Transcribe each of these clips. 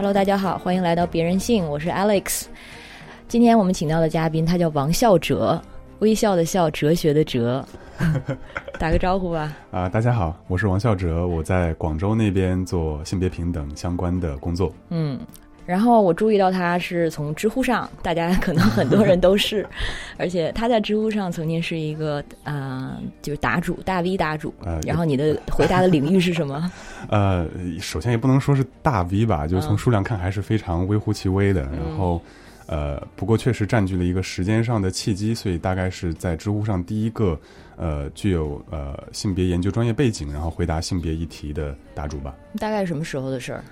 Hello， 大家好，欢迎来到别人性，我是 Alex。今天我们请到的嘉宾，他叫王孝哲，微笑的笑，哲学的哲。打个招呼吧。 大家好，我是王孝哲，我在广州那边做性别平等相关的工作。 然后我注意到他是从知乎上，大家可能很多人都是，而且他在知乎上曾经是一个就是答主，大 V 答主。然后你的回答的领域是什么？ 首先也不能说是大 V 吧，就从数量看还是非常微乎其微的。然后不过确实占据了一个时间上的契机，所以大概是在知乎上第一个具有性别研究专业背景，然后回答性别议题的答主吧。 大概是什么时候的事儿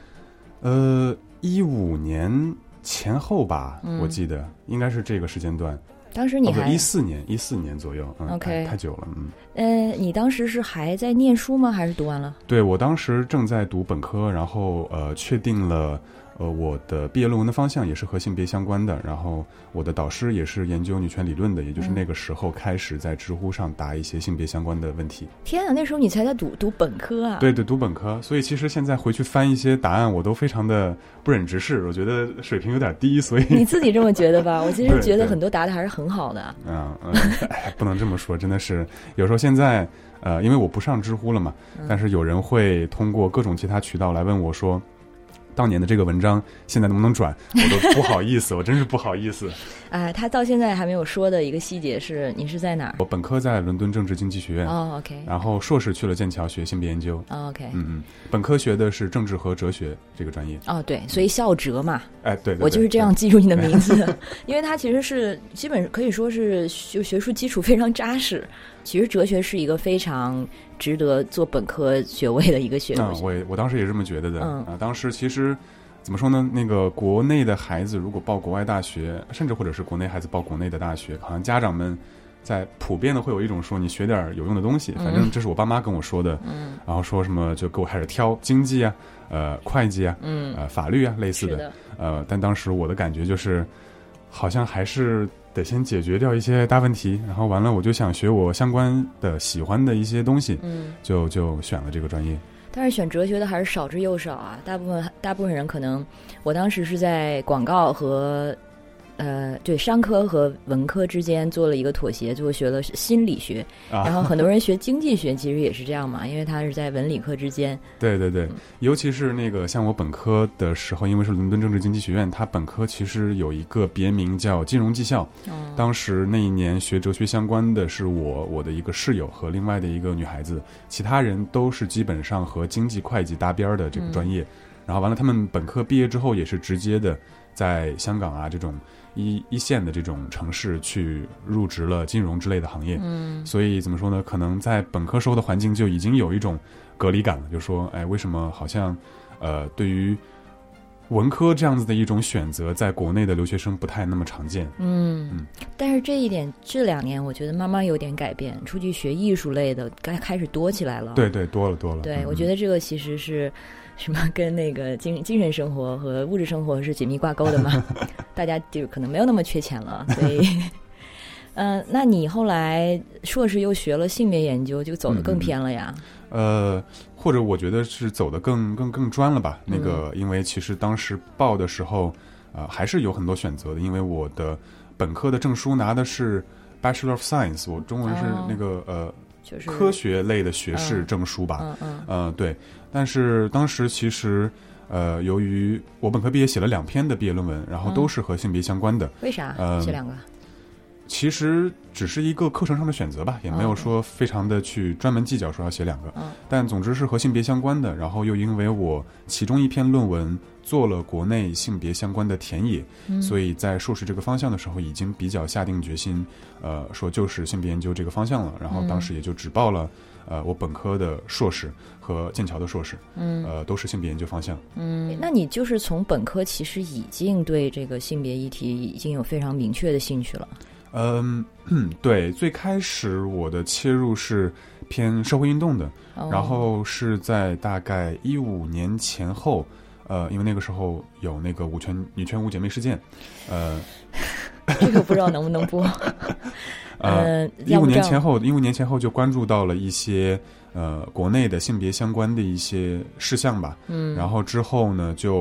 ？15年前后吧，我记得应该是这个时间段。 当时你还 14年左右。 OK， 太久了。 你当时是还在念书吗？还是读完了？ 对，我当时正在读本科，然后确定了我的毕业论文的方向也是和性别相关的，然后我的导师也是研究女权理论的，也就是那个时候开始在知乎上答一些性别相关的问题。 天啊，那时候你才在读本科啊？ 对，读本科，所以其实现在回去翻一些答案，我都非常的不忍直视，我觉得水平有点低，所以你自己这么觉得吧？我其实觉得很多答的还是很好的。 不能这么说，真的是有时候现在因为我不上知乎了嘛，但是有人会通过各种其他渠道来问我说，当年的这个文章现在能不能转，我都不好意思，我真是不好意思。 他到现在还没有说的一个细节是，你是在哪儿？ 我本科在伦敦政治经济学院。 OK。 然后硕士去了剑桥学性别研究。 OK。 本科学的是政治和哲学这个专业。 对，所以孝哲嘛。 对， 我就是这样记住你的名字的，因为他其实是基本可以说是就学术基础非常扎实。其实哲学是一个非常值得做本科学位的一个学位。 我当时也这么觉得的。当时其实怎么说呢？那个国内的孩子如果报国外大学，甚至或者是国内孩子报国内的大学，好像家长们在普遍的会有一种说你学点有用的东西，反正这是我爸妈跟我说的。然后说什么就给我开始挑经济啊、会计啊、法律啊类似的。但当时我的感觉就是，好像还是得先解决掉一些大问题，然后完了我就想学我相关的喜欢的一些东西，就选了这个专业。 但是选哲学的还是少之又少啊，大部分人可能，我当时是在广告和对商科和文科之间做了一个妥协，就学了心理学，然后很多人学经济学其实也是这样嘛，因为它是在文理科之间。 对，尤其是那个像我本科的时候，因为是伦敦政治经济学院，它本科其实有一个别名叫金融技校。当时那一年学哲学相关的是我的一个室友和另外的一个女孩子，其他人都是基本上和经济会计搭边的这个专业。然后完了，他们本科毕业之后也是直接的在香港啊这种一线的这种城市去入职了金融之类的行业。所以怎么说呢？可能在本科时候的环境就已经有一种隔离感了，就说为什么好像对于文科这样子的一种选择，在国内的留学生不太那么常见。 但是这一点这2年我觉得慢慢有点改变，出去学艺术类的开始多起来了。 对，多了。 对，我觉得这个其实是什么跟那个精神生活和物质生活是紧密挂钩的嘛。大家就可能没有那么缺钱了，所以那你后来硕士又学了性别研究，就走得更偏了呀？ 或者我觉得是走得更专了吧。那个因为其实当时报的时候还是有很多选择的，因为我的本科的证书拿的是 Bachelor of Science， 我中文是那个就是科学类的学士证书吧。对。但是当时其实由于我本科毕业写了2篇的毕业论文，然后都是和性别相关的。 为啥写2个？ 其实只是一个课程上的选择吧，也没有说非常的去专门计较说要写2个。但总之是和性别相关的。然后又因为我其中一篇论文做了国内性别相关的田野，所以在硕士这个方向的时候已经比较下定决心，说就是性别研究这个方向了。然后当时也就只报了我本科的硕士和剑桥的硕士，都是性别研究方向。 那你就是从本科其实已经对这个性别议题已经有非常明确的兴趣了。 对，最开始我的切入是偏社会运动的，然后是在大概15年前后，因为那个时候有那个女权五姐妹事件， 这个不知道能不能播。 15年前后就关注到了一些国内的性别相关的一些事项吧。然后之后呢就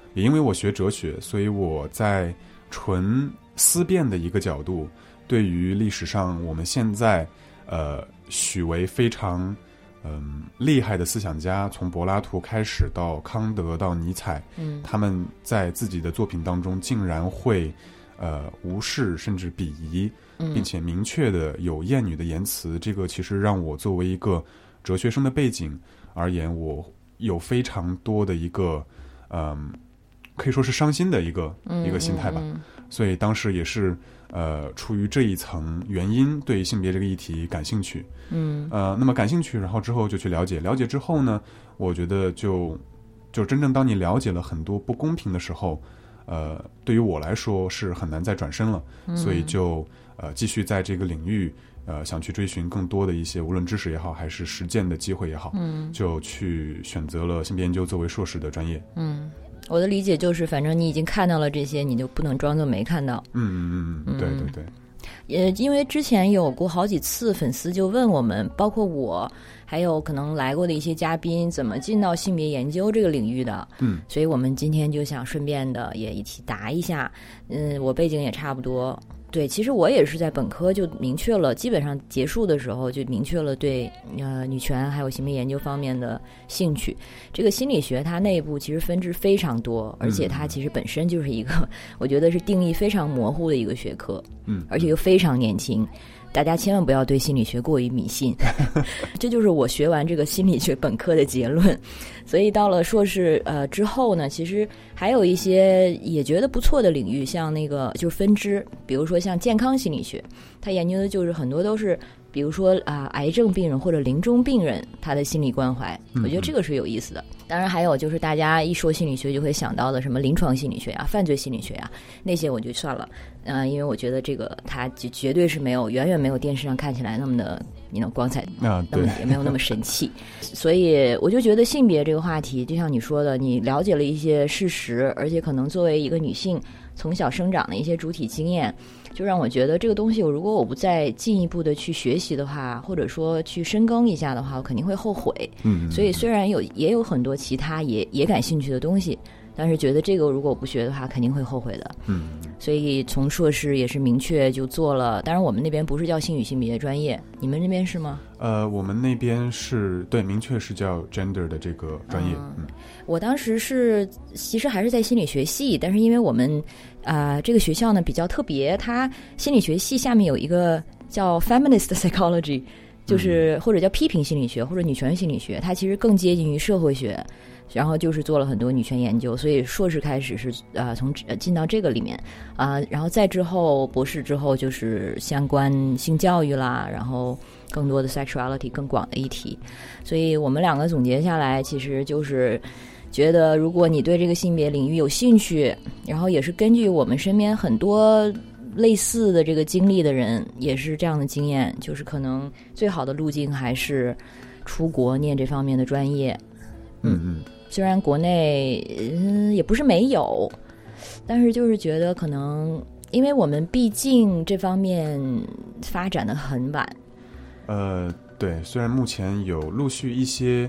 也因为我学哲学，所以我在纯思辨的一个角度，对于历史上我们现在许为非常厉害的思想家，从柏拉图开始到康德到尼采，他们在自己的作品当中竟然会无视甚至鄙夷，并且明确的有厌女的言辞，这个其实让我作为一个哲学生的背景而言，我有非常多的一个可以说是伤心的一个心态吧。所以当时也是出于这一层原因，对性别这个议题感兴趣。那么感兴趣，然后之后就去了解之后呢，我觉得就真正当你了解了很多不公平的时候，对于我来说是很难再转身了。所以就继续在这个领域想去追寻更多的一些无论知识也好还是实践的机会也好，就去选择了性别研究作为硕士的专业。 我的理解就是反正你已经看到了这些，你就不能装作没看到。 对对对。 因为之前有过好几次粉丝就问我们，包括我还有可能来过的一些嘉宾，怎么进到性别研究这个领域的。所以我们今天就想顺便的也一起答一下。我背景也差不多。对，其实我也是在本科就明确了，基本上结束的时候就明确了对女权还有性别研究方面的兴趣。这个心理学它内部其实分支非常多，而且它其实本身就是一个我觉得是定义非常模糊的一个学科，而且又非常年轻。大家千万不要对心理学过于迷信这就是我学完这个心理学本科的结论。所以到了硕士之后呢，其实还有一些也觉得不错的领域，像那个就是分支，比如说像健康心理学，它研究的就是很多都是比如说癌症病人或者临终病人他的心理关怀，我觉得这个是有意思的。当然还有就是大家一说心理学就会想到的什么临床心理学啊、犯罪心理学啊，那些我就算了。因为我觉得这个它绝对是远远没有电视上看起来那么的光彩，那么也没有那么神气。所以我就觉得性别这个话题，就像你说的，你了解了一些事实，而且可能作为一个女性从小生长的一些主体经验，就让我觉得这个东西如果我不再进一步的去学习的话，或者说去深耕一下的话，我肯定会后悔。所以虽然也有很多其他也感兴趣的东西，但是觉得这个如果我不学的话肯定会后悔的。所以从硕士也是明确就做了，当然我们那边不是叫性与性别专业，你们那边是吗？ 我们那边是对，明确是叫 gender 的这个专业。 我当时其实还是在心理学系，但是因为我们这个学校呢比较特别，它心理学系下面有一个叫 feminist psychology， 就是或者叫批评心理学或者女权心理学，它其实更接近于社会学，然后就是做了很多女权研究，所以硕士开始是从进到这个里面然后再之后博士之后就是相关性教育啦，然后更多的 sexuality 更广的议题。所以我们两个总结下来，其实就是觉得如果你对这个性别领域有兴趣，然后也是根据我们身边很多类似的这个经历的人也是这样的经验，就是可能最好的路径还是出国念这方面的专业。虽然国内也不是没有，但是就是觉得可能因为我们毕竟这方面发展的很晚。 对，虽然目前有陆续一些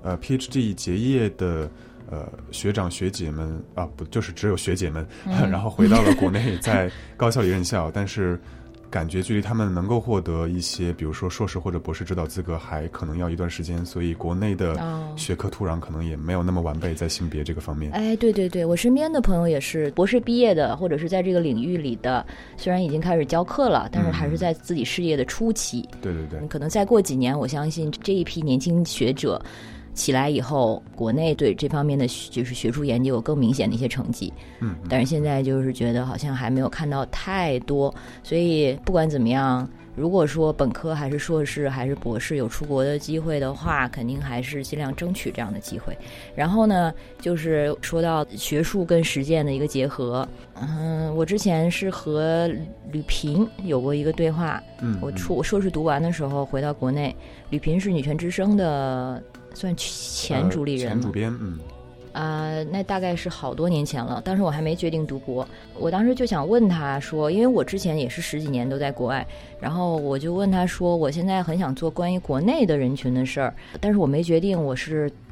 PhD 结业的学长学姐们不就是只有学姐们然后回到了国内在高校里任校，但是感觉距离他们能够获得一些比如说硕士或者博士指导资格还可能要一段时间，所以国内的学科土壤可能也没有那么完备在性别这个方面。 对对对，我身边的朋友也是博士毕业的或者是在这个领域里的，虽然已经开始教课了，但是还是在自己事业的初期。 对对对， 可能再过几年我相信这一批年轻学者起来以后，国内对这方面的就是学术研究有更明显的一些成绩。但是现在就是觉得好像还没有看到太多，所以不管怎么样，如果说本科还是硕士还是博士有出国的机会的话，肯定还是尽量争取这样的机会。然后呢，就是说到学术跟实践的一个结合，我之前是和吕萍有过一个对话。我硕士读完的时候回到国内，吕萍是女权之声的算前主理人， 前主编。 那大概是好多年前了，当时我还没决定读博。我当时就想问他说，因为我之前也是10几年都在国外，然后我就问他说，我现在很想做关于国内的人群的事儿，但是我没决定我是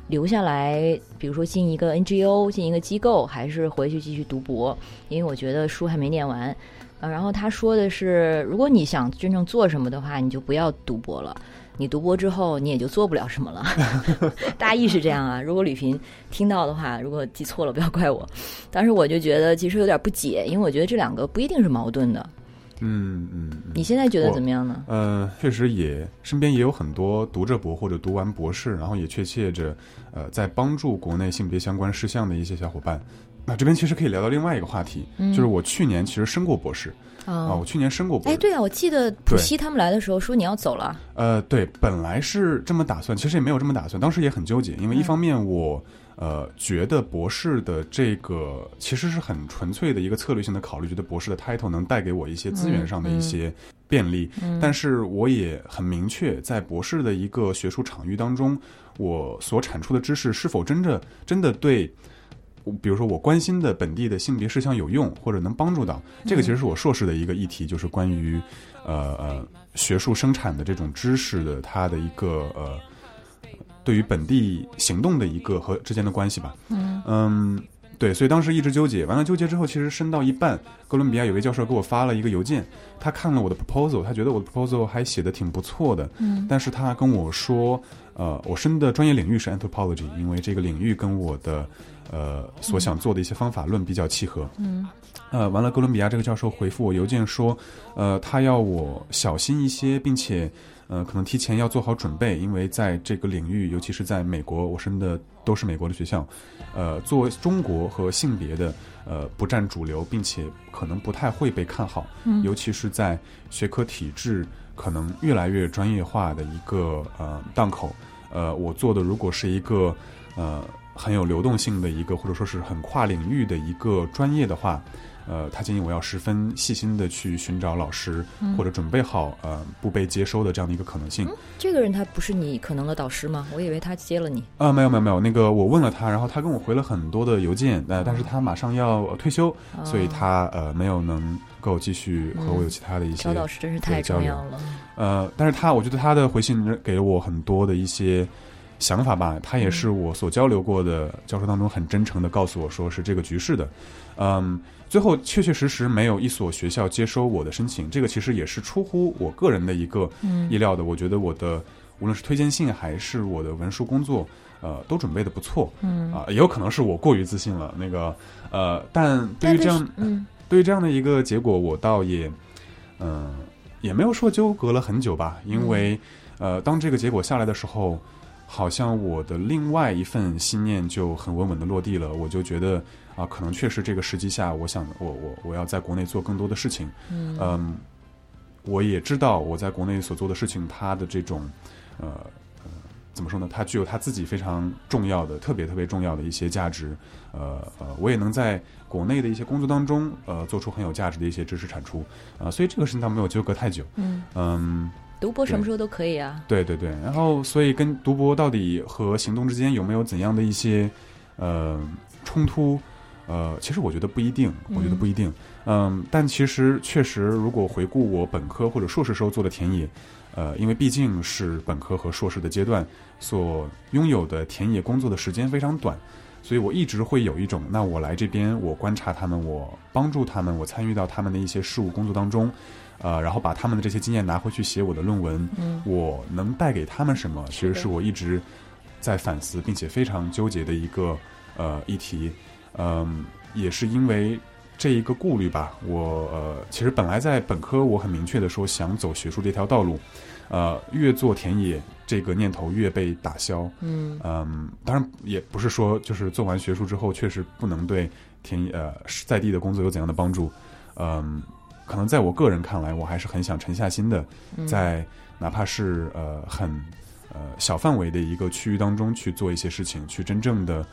留下来，比如说进一个 NGO， 进一个机构，还是回去继续读博？因为我觉得书还没念完。然后他说的是，如果你想真正做什么的话，你就不要读博了。你读博之后，你也就做不了什么了。大意是这样啊。如果吕萍听到的话，如果记错了，不要怪我。当时我就觉得其实有点不解，因为我觉得这两个不一定是矛盾的。你现在觉得怎么样呢？ 确实身边也有很多读着博或者读完博士，然后也确切着在帮助国内性别相关事项的一些小伙伴。那这边其实可以聊到另外一个话题，就是我去年其实升过博士。我去年升过博士。 对啊，我记得普希他们来的时候说你要走了。 对，本来是这么打算，其实也没有这么打算，当时也很纠结，因为一方面我觉得博士的这个其实是很纯粹的一个策略性的考虑，觉得博士的 title 能带给我一些资源上的一些便利，但是我也很明确，在博士的一个学术场域当中，我所产出的知识是否真的对比如说我关心的本地的性别事项有用，或者能帮助到，这个其实是我硕士的一个议题，就是关于学术生产的这种知识的它的一个对于本地行动的一个和之间的关系吧。对，所以当时一直纠结，完了纠结之后，其实升到一半，哥伦比亚有位教授给我发了一个邮件，他看了我的 proposal， 他觉得我的 proposal 还写得挺不错的，但是他跟我说，我升的专业领域是 anthropology， 因为这个领域跟我的所想做的一些方法论比较契合。完了，哥伦比亚这个教授回复我邮件说，他要我小心一些，并且可能提前要做好准备，因为在这个领域，尤其是在美国，我升的都是美国的学校，做中国和性别的不占主流，并且可能不太会被看好，尤其是在学科体制可能越来越专业化的一个档口，我做的如果是一个很有流动性的一个，或者说是很跨领域的一个专业的话，他建议我要十分细心的去寻找老师，或者准备好不被接收的这样的一个可能性。 这个人他不是你可能的导师吗？我以为他接了你。 没有，那个我问了他，然后他跟我回了很多的邮件，但是他马上要退休，所以他没有能够继续和我有其他的一些找导师真是太重要了。 但是我觉得他的回信给了我很多的一些想法吧，他也是我所交流过的教授当中很真诚的告诉我说是这个局势的。最后确实没有一所学校接收我的申请，这个其实也是出乎我个人的一个意料的。我觉得我的无论是推荐信还是我的文书工作都准备的不错，也有可能是我过于自信了，但对于这样的一个结果，我倒也没有说纠葛了很久吧，因为当这个结果下来的时候，好像我的另外一份信念就很稳稳的落地了。我就觉得可能确实这个时机下，我想我要在国内做更多的事情。我也知道我在国内所做的事情，它的这种怎么说呢？它具有它自己非常重要的、特别重要的一些价值。我也能在国内的一些工作当中做出很有价值的一些知识产出。所以这个事情倒没有纠葛太久。 读博什么时候都可以啊。 对，然后所以跟读博到底和行动之间有没有怎样的一些冲突？其实我觉得不一定，但其实确实，如果回顾我本科或者硕士时候做的田野，因为毕竟是本科和硕士的阶段，所拥有的田野工作的时间非常短，所以我一直会有一种，那我来这边，我观察他们，我帮助他们，我参与到他们的一些事务工作当中。然后把他们的这些经验拿回去写我的论文，我能带给他们什么？其实是我一直在反思并且非常纠结的一个议题。也是因为这一个顾虑吧，我其实本来在本科我很明确的说想走学术这条道路，越做田野这个念头越被打消。当然也不是说就是做完学术之后确实不能对田野在地的工作有怎样的帮助。可能在我个人看来，我还是很想沉下心的，在哪怕是很小范围的一个区域当中去做一些事情，去真正的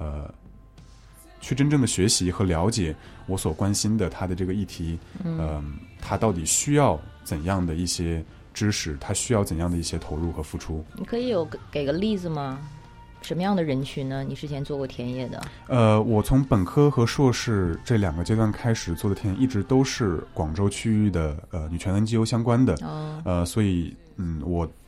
学习和了解我所关心的他的这个议题，他到底需要怎样的一些知识，他需要怎样的一些投入和付出。 你可以给个例子吗？什么样的人群呢？你之前做过田野的？ 我从本科和硕士这两个阶段开始做的田野，一直都是广州区域的女权 NGO 相关的。所以我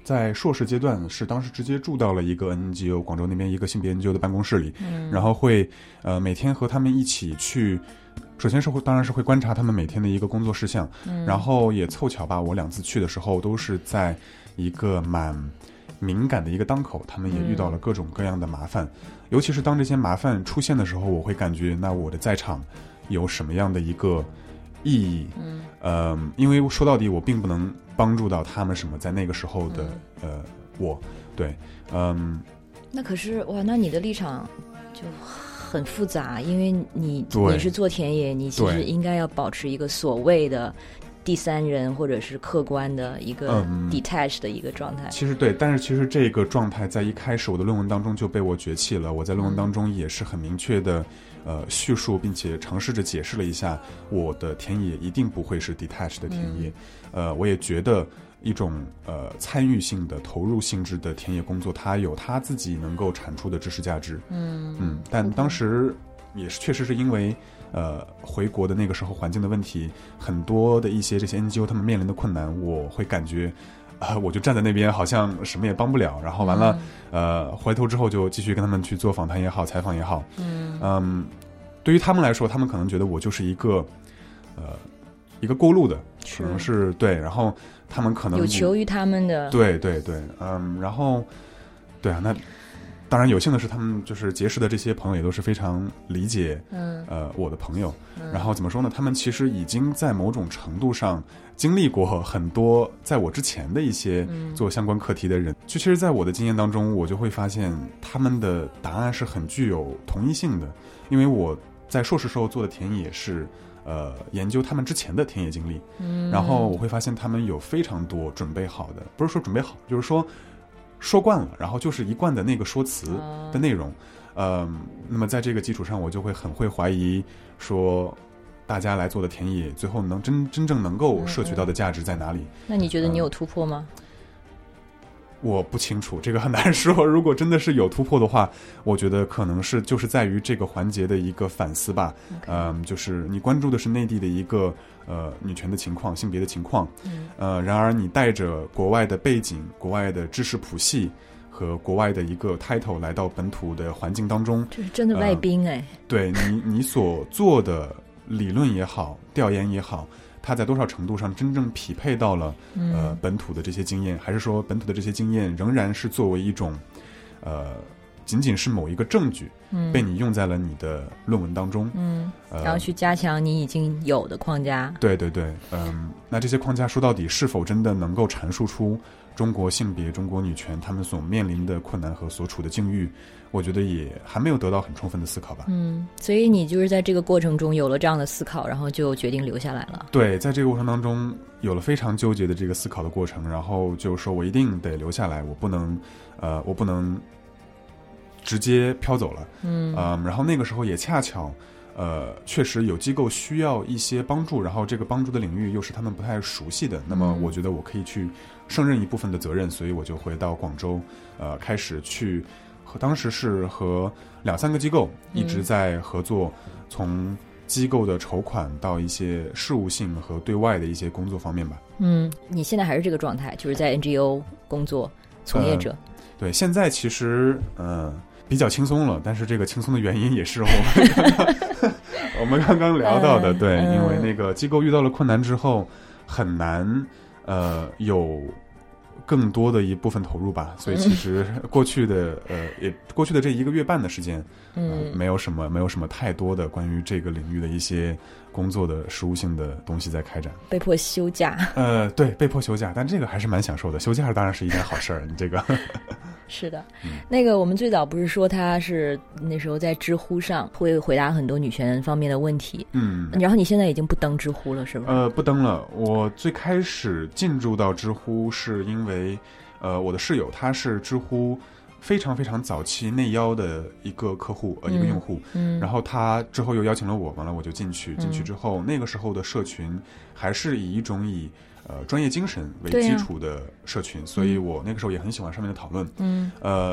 在硕士阶段是当时直接住到了一个 NGO 广州那边一个性别 NGO 的办公室里，然后会每天和他们一起去，首先是当然是会观察他们每天的一个工作事项，然后也凑巧吧，我2次去的时候都是在一个蛮敏感的一个当口，他们也遇到了各种各样的麻烦，尤其是当这些麻烦出现的时候，我会感觉那我的在场有什么样的一个意义？因为说到底我并不能帮助到他们什么，在那个时候的我，对， 那可是哇，那你的立场就很复杂，因为你是做田野，你其实应该要保持一个所谓的第三人或者是客观的一个 detached 的一个状态。其实对，但是其实这个状态在一开始我的论文当中就被我绝弃了。我在论文当中也是很明确的叙述，并且尝试着解释了一下，我的田野一定不会是 detached 的田野。我也觉得一种参与性的投入性质的田野工作，它有它自己能够产出的知识价值。但当时也是确实是因为回国的那个时候环境的问题，很多的一些这些 NGO 他们面临的困难，我会感觉我就站在那边好像什么也帮不了，然后完了回头之后就继续跟他们去做访谈也好，采访也好。对于他们来说，他们可能觉得我就是一个过路的，可能是对，然后他们可能有求于他们的， 对，然后对啊，那当然有幸的是他们就是结识的这些朋友也都是非常理解我的朋友，然后怎么说呢，他们其实已经在某种程度上经历过很多在我之前的一些做相关课题的人，就其实在我的经验当中，我就会发现他们的答案是很具有同一性的，因为我在硕士时候做的田野是研究他们之前的田野经历，然后我会发现他们有非常多准备好的，不是说准备好，就是说惯了，然后就是一贯的那个说辞的内容。那么在这个基础上，我就会很会怀疑说，大家来做的田野最后能真正能够摄取到的价值在哪里？ 那你觉得你有突破吗？ 我不清楚，这个很难说。如果真的是有突破的话，我觉得可能是就是在于这个环节的一个反思吧。就是你关注的是内地的一个女权的情况、性别的情况，然而你带着国外的背景、国外的知识谱系和国外的一个 title 来到本土的环境当中， 这是真的外宾哎。 对你所做的理论也好，调研也好，它在多少程度上真正匹配到了本土的这些经验，还是说本土的这些经验仍然是作为一种仅仅是某一个证据被你用在了你的论文当中， 然后去加强你已经有的框架。 对，那这些框架说到底是否真的能够阐述出中国性别、中国女权他们所面临的困难和所处的境遇，我觉得也还没有得到很充分的思考吧。 所以你就是在这个过程中有了这样的思考，然后就决定留下来了。 对，在这个过程当中有了非常纠结的这个思考的过程，然后就说我一定得留下来，我不能直接飘走了。然后那个时候也恰巧确实有机构需要一些帮助，然后这个帮助的领域又是他们不太熟悉的，那么我觉得我可以去胜任一部分的责任，所以我就回到广州，开始去当时是和2-3个机构一直在合作，从机构的筹款到一些事务性和对外的一些工作方面吧。 你现在还是这个状态，就是在 NGO 工作从业者。 对，现在其实比较轻松了，但是这个轻松的原因也是我们刚刚聊到的，对，因为那个机构遇到了困难之后，很难有更多的一部分投入吧，所以其实过去的这1个月半的时间，没有什么太多的关于这个领域的一些工作的实务性的东西在开展， 被迫休假。 对，被迫休假，但这个还是蛮享受的，休假当然是一件好事儿，你这个。 是的，那个我们最早不是说他是那时候在知乎上会回答很多女权方面的问题，然后你现在已经不登知乎了是吧？ 不登了。我最开始进入到知乎是因为我的室友他是知乎非常非常早期内邀的一个客户，一个用户，然后他之后又邀请了我，完了我就进去之后，那个时候的社群还是以一种专业精神为基础的社群，所以我那个时候也很喜欢上面的讨论。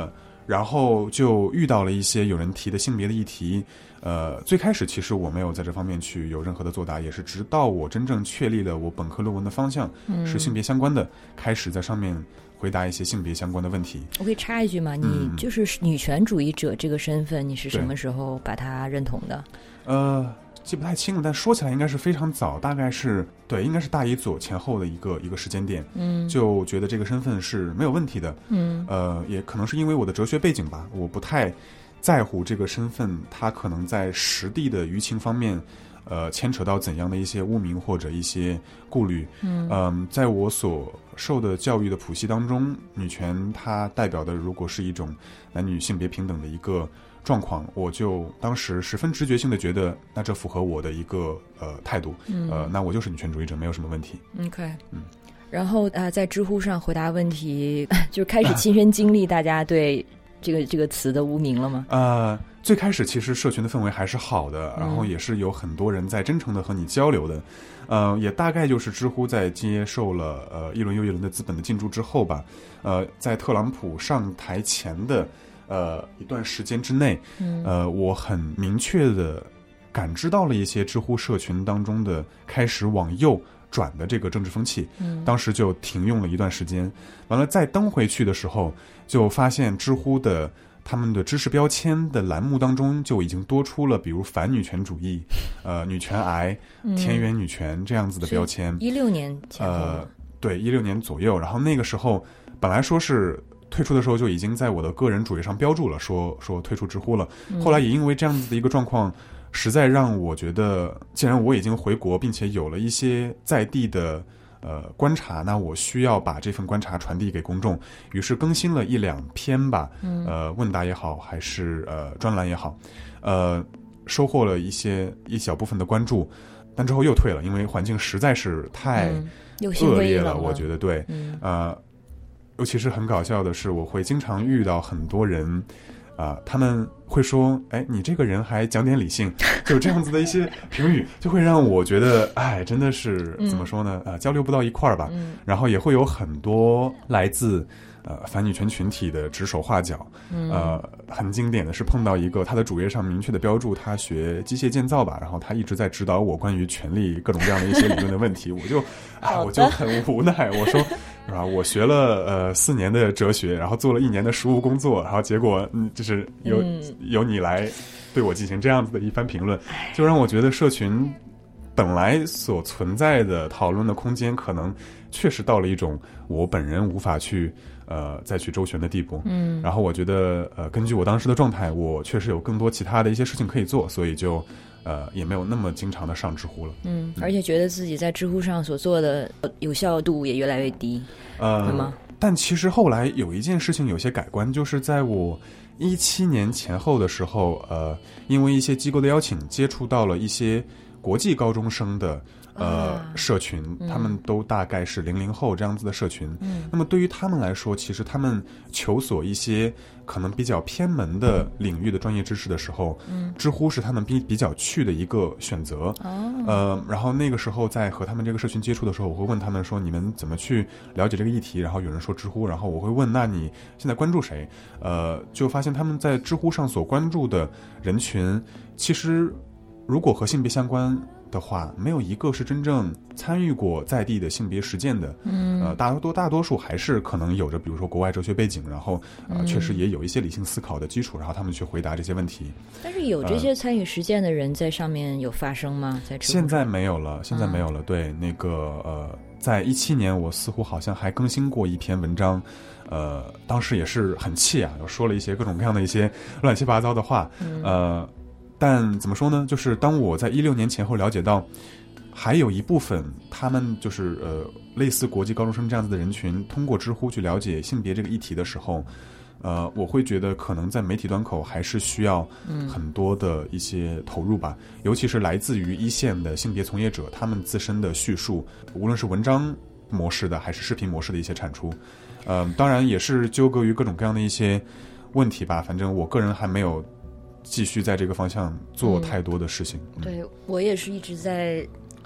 然后就遇到了一些有人提的性别的议题。最开始其实我没有在这方面去有任何的作答，也是直到我真正确立了我本科论文的方向是性别相关的，开始在上面回答一些性别相关的问题。 我可以插一句吗？你就是女权主义者这个身份，你是什么时候把它认同的？ 记不太清了，但说起来应该是非常早，大概是对，应该是大一左前后的一个时间点，就觉得这个身份是没有问题的，也可能是因为我的哲学背景吧，我不太在乎这个身份，它可能在实地的舆情方面，牵扯到怎样的一些污名或者一些顾虑，在我所受的教育的谱系当中，女权它代表的如果是一种男女性别平等的一个状况，我就当时十分直觉性的觉得，那这符合我的一个态度，那我就是女权主义者，没有什么问题。 OK，然后在知乎上回答问题，就开始亲身经历大家对这个词的污名了吗？ 最开始其实社群的氛围还是好的，然后也是有很多人在真诚的和你交流的，也大概就是知乎在接受了一轮又一轮的资本的进驻之后吧，在特朗普上台前的一段时间之内，我很明确的感知到了一些知乎社群当中的开始往右转的这个政治风气，当时就停用了一段时间，完了再登回去的时候，就发现知乎的他们的知识标签的栏目当中就已经多出了比如反女权主义、女权癌、田园女权这样子的标签。 16年前后， 对，16年左右。然后那个时候本来说是退出的时候就已经在我的个人主页上标注了，说退出知乎了。后来也因为这样子的一个状况，实在让我觉得，既然我已经回国，并且有了一些在地的观察，那我需要把这份观察传递给公众。于是更新了1-2篇吧，问答也好，还是专栏也好，收获了一小部分的关注，但之后又退了，因为环境实在是太恶劣了，我觉得对，尤其是很搞笑的是，我会经常遇到很多人。他们会说，哎，你这个人还讲点理性，就这样子的一些评语，就会让我觉得，哎，真的是怎么说呢？交流不到一块儿吧。然后也会有很多来自反女权群体的指手画脚。很经典的是碰到一个他的主页上明确的标注他学机械建造吧，然后他一直在指导我关于权力各种各样的一些理论的问题，我就很无奈，我说。是吧？我学了4年的哲学，然后做了1年的实务工作，然后结果就是由你来对我进行这样子的一番评论，就让我觉得社群本来所存在的讨论的空间，可能确实到了一种我本人无法去再去周旋的地步。然后我觉得根据我当时的状态，我确实有更多其他的一些事情可以做，所以就也没有那么经常的上知乎了。 而且觉得自己在知乎上所做的有效度也越来越低，对吗？ 但其实后来有一件事情有些改观，就是在我17年前后的时候，因为一些机构的邀请，接触到了一些国际高中生的社群，他们都大概是00后这样子的社群。那么对于他们来说，其实他们求索一些可能比较偏门的领域的专业知识的时候，知乎是他们比较去的一个选择。然后那个时候在和他们这个社群接触的时候，我会问他们说，你们怎么去了解这个议题？然后有人说知乎，然后我会问，那你现在关注谁？就发现他们在知乎上所关注的人群，其实如果和性别相关的话，没有一个是真正参与过在地的性别实践的。大多数还是可能有着比如说国外哲学背景，然后确实也有一些理性思考的基础，然后他们去回答这些问题。 但是有这些参与实践的人在上面有发声吗？在现在没有了，对，那个在17年我似乎好像还更新过一篇文章，当时也是很气啊，说了一些各种各样的一些乱七八糟的话。但怎么说呢，就是当我在16年前后了解到还有一部分他们就是类似国际高中生这样子的人群通过知乎去了解性别这个议题的时候，我会觉得可能在媒体端口还是需要很多的一些投入吧，尤其是来自于一线的性别从业者，他们自身的叙述，无论是文章模式的还是视频模式的一些产出，当然也是纠葛于各种各样的一些问题吧，反正我个人还没有继续在这个方向做太多的事情。 对，我也是一直在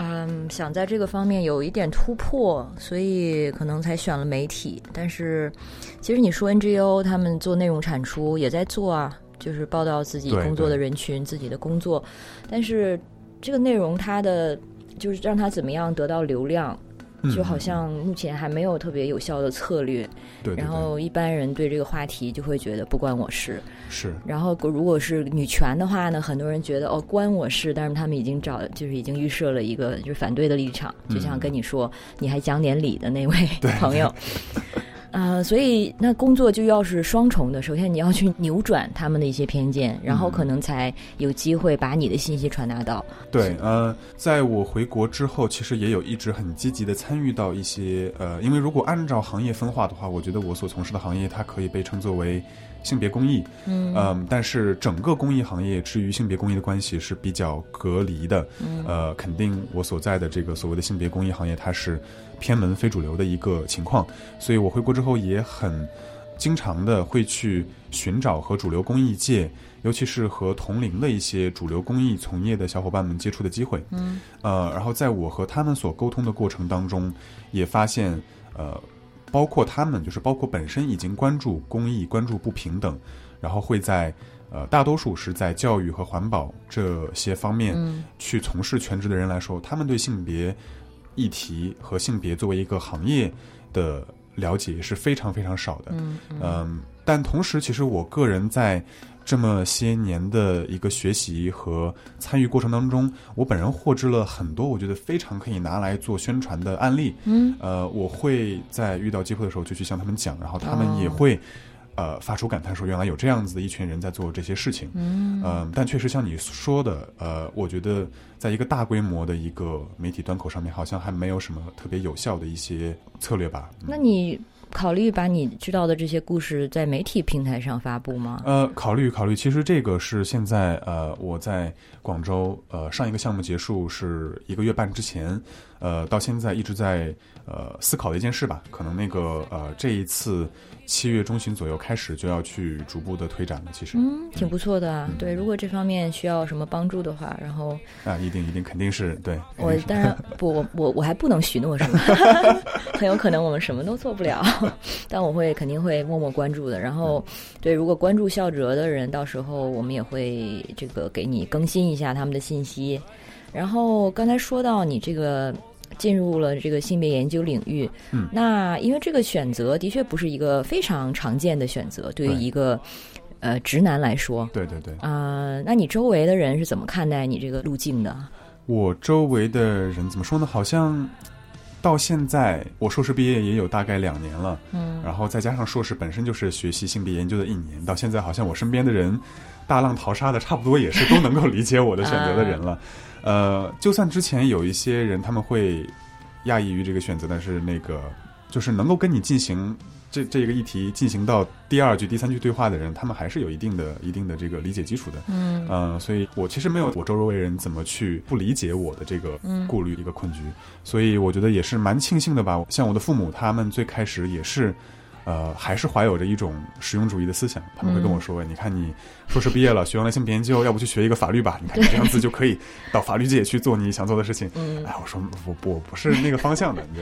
想在这个方面有一点突破，所以可能才选了媒体。但是其实你说 NGO 他们做内容产出也在做啊，就是报道自己工作的人群，自己的工作，但是这个内容它的就是让它怎么样得到流量，就好像目前还没有特别有效的策略。 对， 然后一般人对这个话题就会觉得不关我事。 是。 然后如果是女权的话呢，很多人觉得关我事，但是他们已经就是已经预设了一个就是反对的立场，就像跟你说你还讲点理的那位朋友。所以那工作就要是双重的，首先你要去扭转他们的一些偏见，然后可能才有机会把你的信息传达到。 对，在我回国之后，其实也有一直很积极的参与到一些因为如果按照行业分化的话，我觉得我所从事的行业它可以被称作为性别公益，但是整个公益行业至于性别公益的关系是比较隔离的，肯定我所在的这个所谓的性别公益行业它是偏门非主流的一个情况，所以我回国之后也很经常的会去寻找和主流公益界，尤其是和同龄的一些主流公益从业的小伙伴们接触的机会，然后在我和他们所沟通的过程当中，也发现包括他们就是包括本身已经关注公益、关注不平等，然后会在大多数是在教育和环保这些方面去从事全职的人来说，他们对性别议题和性别作为一个行业的了解是非常非常少的。但同时其实我个人在这么些年的一个学习和参与过程当中，我本人获知了很多我觉得非常可以拿来做宣传的案例。我会在遇到机会的时候就去向他们讲，然后他们也会发出感叹说原来有这样子的一群人在做这些事情。但确实像你说的，我觉得在一个大规模的一个媒体端口上面好像还没有什么特别有效的一些策略吧。 那你考虑把你知道的这些故事在媒体平台上发布吗？ 考虑。其实这个是现在我在广州上一个项目结束是1个月半之前，到现在一直在思考的一件事吧。可能那个这一次7月中旬左右开始就要去逐步的推展了。其实挺不错的啊。对，如果这方面需要什么帮助的话，然后一定肯定是对。 我当然不，我还不能许诺什么，很有可能我们什么都做不了，但我肯定会默默关注的。然后对，如果关注校哲的人，到时候我们也会这个给你更新一下他们的信息。然后刚才说到你这个进入了这个性别研究领域，那因为这个选择的确不是一个非常常见的选择，对于一个直男来说。 对那你周围的人是怎么看待你这个路径的？ 我周围的人怎么说呢？好像到现在我硕士毕业也有大概2年了，然后再加上硕士本身就是学习性别研究的1年，到现在好像我身边的人大浪淘沙的差不多也是都能够理解我的选择的人了。就算之前有一些人他们会讶异于这个选择，但是那个就是能够跟你进行这个议题进行到第2句、第3句对话的人，他们还是有一定的这个理解基础的。所以我其实没有我周围人怎么去不理解我的这个顾虑一个困局，所以我觉得也是蛮庆幸的吧。像我的父母，他们最开始也是还是怀有着一种实用主义的思想，他们会跟我说，你看你硕士毕业了，学完了性别研究，要不去学一个法律吧，你看你这样子就可以到法律界去做你想做的事情。我说我不是那个方向的。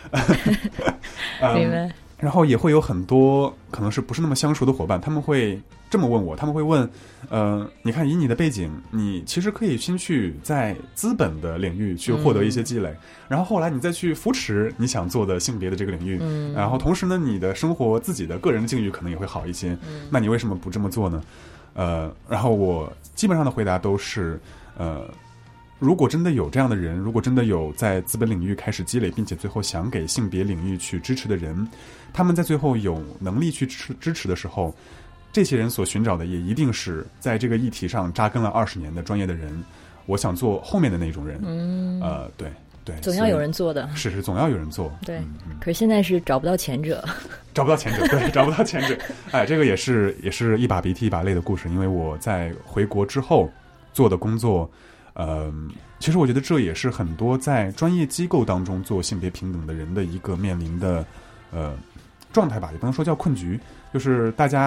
明白。 然后也会有很多可能是不是那么相熟的伙伴，他们会这么问我，他们会问你看以你的背景，你其实可以先去在资本的领域去获得一些积累，然后后来你再去扶持你想做的性别的这个领域，然后同时呢你的生活自己的个人的境遇可能也会好一些，那你为什么不这么做呢？然后我基本上的回答都是如果真的有这样的人，如果真的有在资本领域开始积累并且最后想给性别领域去支持的人，他们在最后有能力去支持的时候，这些人所寻找的也一定是在这个议题上扎根了20年的专业的人，我想做后面的那种人。对， 总要有人做的。 是总要有人做。 对，可是现在是找不到前者。 对，找不到前者。这个也是一把鼻涕一把泪的故事，因为我在回国之后做的工作其实我觉得这也是很多在专业机构当中做性别平等的人的一个面临的状态吧，也不能说叫困局，就是大家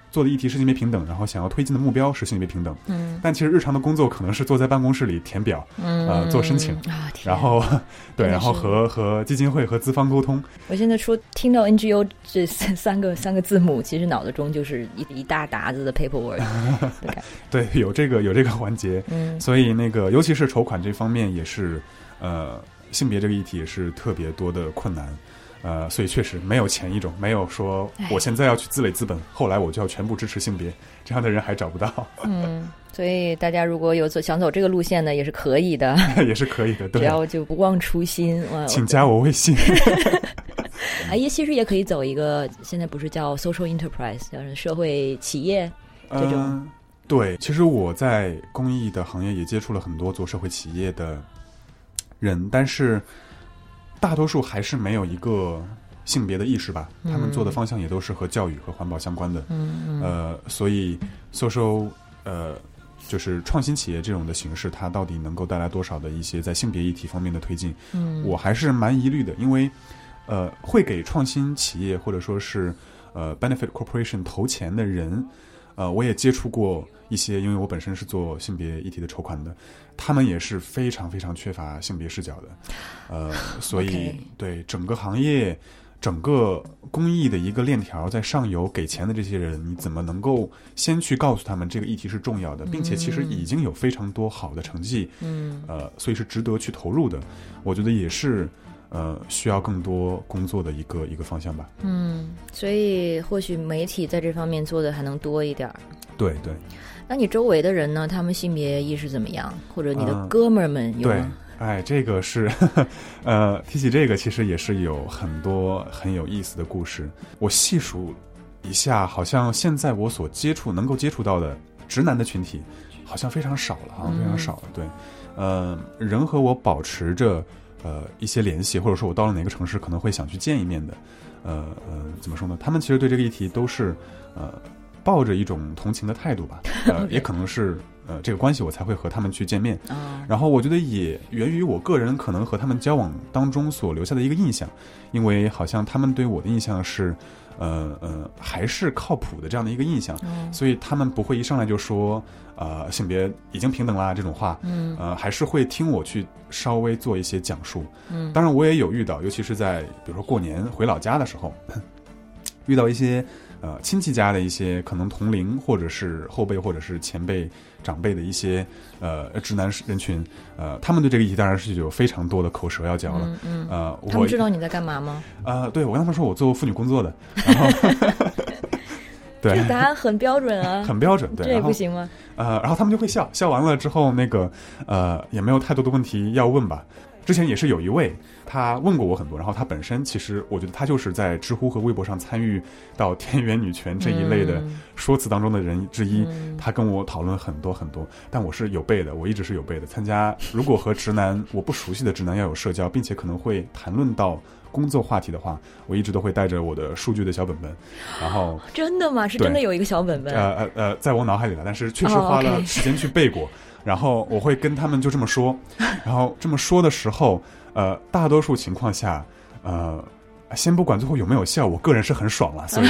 做的议题是性别平等，然后想要推进的目标是性别平等，但其实日常的工作可能是坐在办公室里填表，做申请，然后对，然后和基金会和资方沟通。 我现在听到 NGO 这三个字母，其实脑子中就是一大沓子的 paperwork 对，有这个环节，所以那个尤其是筹款这方面也是性别这个议题也是特别多的困难。所以确实没有前一种，没有说我现在要去积累资本，后来我就要全部支持性别，这样的人还找不到。 所以大家如果有想走这个路线呢，也是可以的， 也是可以的，对， 只要就不忘初心。 请加我微信。 其实也可以走一个，现在不是叫 social enterprise， 叫社会企业这种。 对，其实我在公益的行业也接触了很多做社会企业的人，但是大多数还是没有一个性别的意识吧，他们做的方向也都是和教育和环保相关的。所以 social 就是创新企业这种的形式，它到底能够带来多少的一些在性别议题方面的推进，我还是蛮疑虑的，因为会给创新企业或者说是benefit corporation 投钱的人，我也接触过一些，因为我本身是做性别议题的筹款的，他们也是非常非常缺乏性别视角的，所以对整个行业、整个公益的一个链条，在上游给钱的这些人，你怎么能够先去告诉他们这个议题是重要的，并且其实已经有非常多好的成绩，所以是值得去投入的。我觉得也是需要更多工作的一个方向吧。 所以或许媒体在这方面做的还能多一点。 对对。 那你周围的人呢？他们性别意识怎么样？或者你的哥们儿们有吗？ 对，这个是提起这个其实也是有很多很有意思的故事。我细数一下，好像现在我所能够接触到的直男的群体好像非常少了，非常少了。对，人和我保持着一些联系，或者说我到了哪个城市可能会想去见一面的，怎么说呢？他们其实对这个议题都是抱着一种同情的态度吧，也可能是这个关系我才会和他们去见面。然后我觉得也源于我个人可能和他们交往当中所留下的一个印象，因为好像他们对我的印象是还是靠谱的这样的一个印象，所以他们不会一上来就说性别已经平等啦这种话，还是会听我去稍微做一些讲述。当然我也有遇到，尤其是在比如说过年回老家的时候，遇到一些亲戚家的一些可能同龄或者是后辈或者是前辈长辈的一些直男人群，他们对这个议题当然是有非常多的口舌要嚼了。 他们知道你在干嘛吗？ 对，我跟他们说我做妇女工作的，然后对， 这个答案很标准啊， 很标准，对， 这也不行吗？ 然后他们就会笑完了之后，那个也没有太多的问题要问吧。之前也是有一位他问过我很多，然后他本身其实我觉得他就是在知乎和微博上参与到田园女权这一类的说辞当中的人之一，他跟我讨论很多很多，但我是有备的，我一直是有备的。参加如果和直男我不熟悉的直男要有社交，并且可能会谈论到工作话题的话，我一直都会带着我的数据的小本本，然后真的吗？是真的有一个小本本？ 在我脑海里了，但是确实花了时间去背过。然后我会跟他们就这么说，然后这么说的时候，大多数情况下，先不管最后有没有效，我个人是很爽了，所以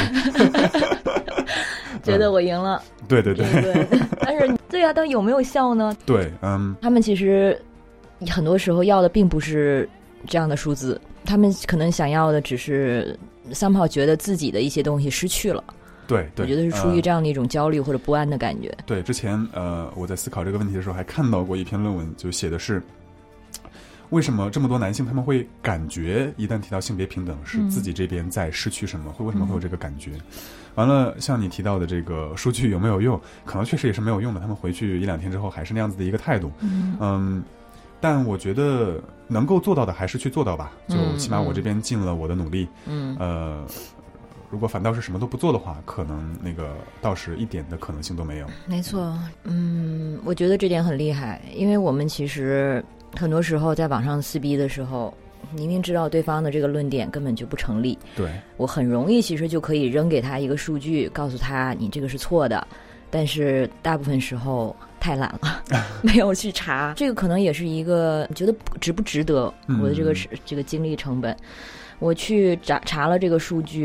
觉得我赢了。 对对对， 但是对啊，但有没有效呢？ 对， 他们其实很多时候要的并不是这样的数字，他们可能想要的只是somehow觉得自己的一些东西失去了。 对， 我觉得是出于这样的一种焦虑或者不安的感觉。 对，之前我在思考这个问题的时候，还看到过一篇论文，就写的是为什么这么多男性他们会感觉一旦提到性别平等是自己这边在失去什么，为什么会有这个感觉。完了，像你提到的这个数据有没有用，可能确实也是没有用的，他们回去1-2天之后还是那样子的一个态度。但我觉得能够做到的还是去做到吧，就起码我这边尽了我的努力。如果反倒是什么都不做的话，可能那个倒是一点的可能性都没有。 没错，我觉得这点很厉害，因为我们其实很多时候在网上撕逼的时候，明明知道对方的这个论点根本就不成立， 对， 我很容易其实就可以扔给他一个数据，告诉他你这个是错的，但是大部分时候太懒了，没有去查。这个可能也是一个觉得值不值得我的这个精力成本。我去查了这个数据，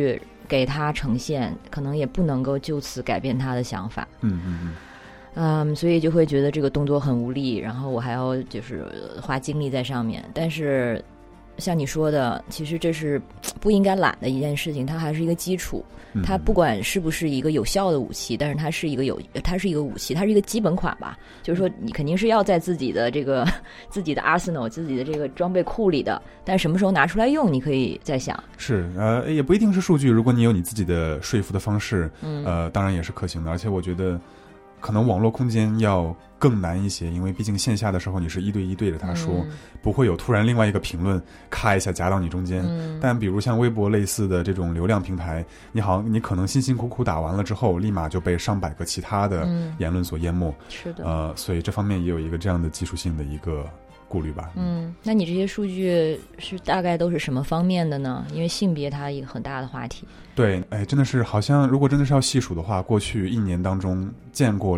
给他呈现，可能也不能够就此改变他的想法。所以就会觉得这个动作很无力，然后我还要就是花精力在上面。但是像你说的，其实这是不应该懒的一件事情，它还是一个基础。它不管是不是一个有效的武器，但是它是一个武器，它是一个基本款吧。就是说你肯定是要在自己的这个自己的 arsenal 自己的这个装备库里的，但什么时候拿出来用你可以再想。 是也不一定是数据，如果你有你自己的说服的方式，当然也是可行的。而且我觉得可能网络空间要更难一些，因为毕竟线下的时候你是一对一对着他说，不会有突然另外一个评论咔一下夹到你中间。但比如像微博类似的这种流量平台，你可能辛辛苦苦打完了之后，立马就被上百个其他的言论所淹没。 是的， 所以这方面也有一个这样的技术性的一个顾虑吧。 那你这些数据是大概都是什么方面的呢？因为性别它一个很大的话题。 对，真的是好像如果真的是要细数的话，过去1年当中见过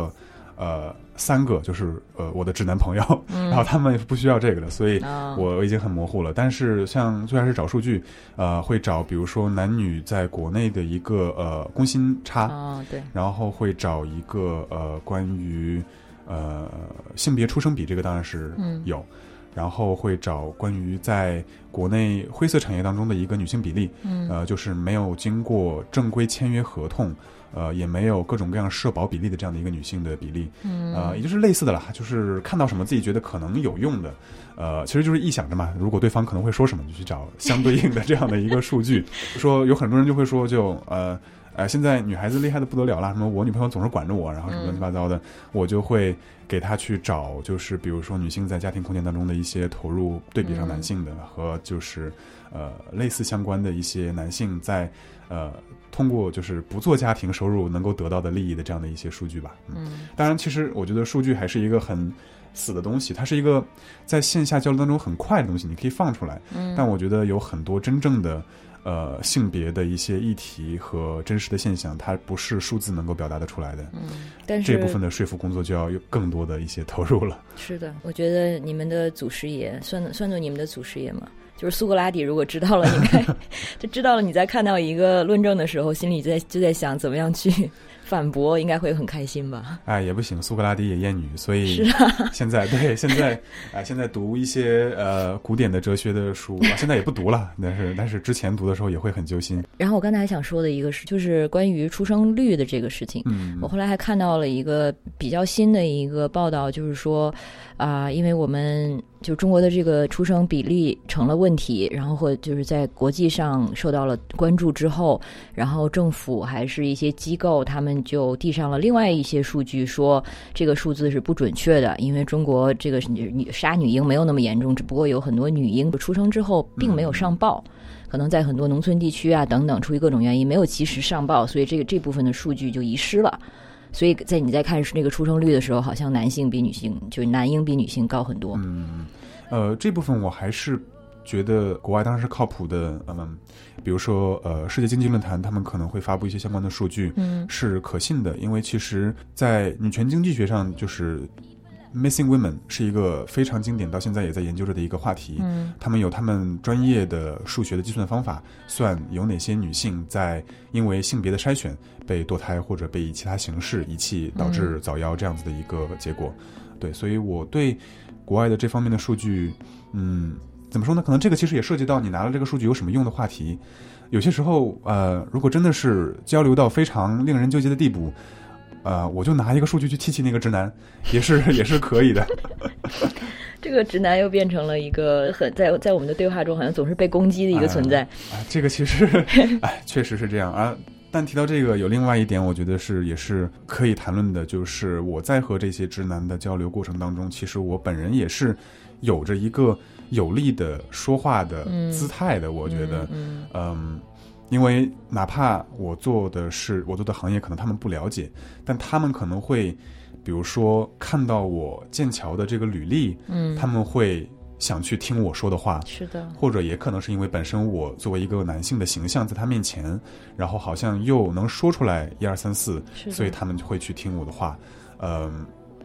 3个，就是我的直男朋友，然后他们不需要这个的，所以我已经很模糊了。但是像最开始找数据，会找比如说男女在国内的一个工薪差， 对， 然后会找一个关于性别出生比，这个当然是有。然后会找关于在国内灰色产业当中的一个女性比例，就是没有经过正规签约合同，也没有各种各样社保比例的这样的一个女性的比例，也就是类似的啦，就是看到什么自己觉得可能有用的，其实就是臆想着嘛，如果对方可能会说什么，就去找相对应的这样的一个数据。说有很多人就会说，现在女孩子厉害的不得了啦，什么我女朋友总是管着我，然后什么乱七八糟的，我就会给她去找，就是比如说女性在家庭空间当中的一些投入对比上男性的，和就是类似相关的一些男性在通过就是不做家庭收入能够得到的利益的这样的一些数据吧。当然其实我觉得数据还是一个很死的东西，它是一个在线下交流当中很快的东西，你可以放出来，但我觉得有很多真正的性别的一些议题和真实的现象，它不是数字能够表达得出来的。 但是这部分的说服工作就要有更多的一些投入了。 是的，我觉得你们的祖师爷算作你们的祖师爷吗？就是苏格拉底如果知道了，应该就知道了你在看到一个论证的时候，心里就在想怎么样去反驳，应该会很开心吧？ 也不行，苏格拉底也厌女，所以是啊， 现在读一些古典的哲学的书，现在也不读了，但是之前读的时候也会很揪心。 然后我刚才还想说的一个是，就是关于出生率的这个事情，我后来还看到了一个比较新的一个报道，就是说因为我们就中国的这个出生比例成了问题，然后就是在国际上受到了关注之后，然后政府还是一些机构，他们就递上了另外一些数据，说这个数字是不准确的，因为中国这个杀女婴没有那么严重，只不过有很多女婴出生之后并没有上报，可能在很多农村地区啊等等，出于各种原因没有及时上报，所以这部分的数据就遗失了。所以你在看那个出生率的时候，好像男性比女性，就是男婴比女性高很多。 这部分我还是觉得国外当然是靠谱的。比如说世界经济论坛他们可能会发布一些相关的数据，是可信的，因为其实在女权经济学上，就是Missing Women 是一个非常经典，到现在也在研究着的一个话题。他们有他们专业的数学的计算方法，算有哪些女性在因为性别的筛选被堕胎或者被以其他形式遗弃导致早夭这样子的一个结果。对，所以我对国外的这方面的数据，怎么说呢？可能这个其实也涉及到你拿了这个数据有什么用的话题。有些时候，如果真的是交流到非常令人纠结的地步，我就拿一个数据去气那个直男，也是可以的。 这个直男又变成了一个在我们的对话中好像总是被攻击的一个存在。 这个其实，确实是这样啊。但提到这个，有另外一点，我觉得也是可以谈论的，就是我在和这些直男的交流过程当中，其实我本人也是有着一个有力的说话的姿态的。我觉得，因为哪怕我做的行业可能他们不了解，但他们可能会比如说看到我剑桥的这个履历，他们会想去听我说的话。 是的， 或者也可能是因为本身我作为一个男性的形象在他面前，然后好像又能说出来1、2、3、4，所以他们就会去听我的话。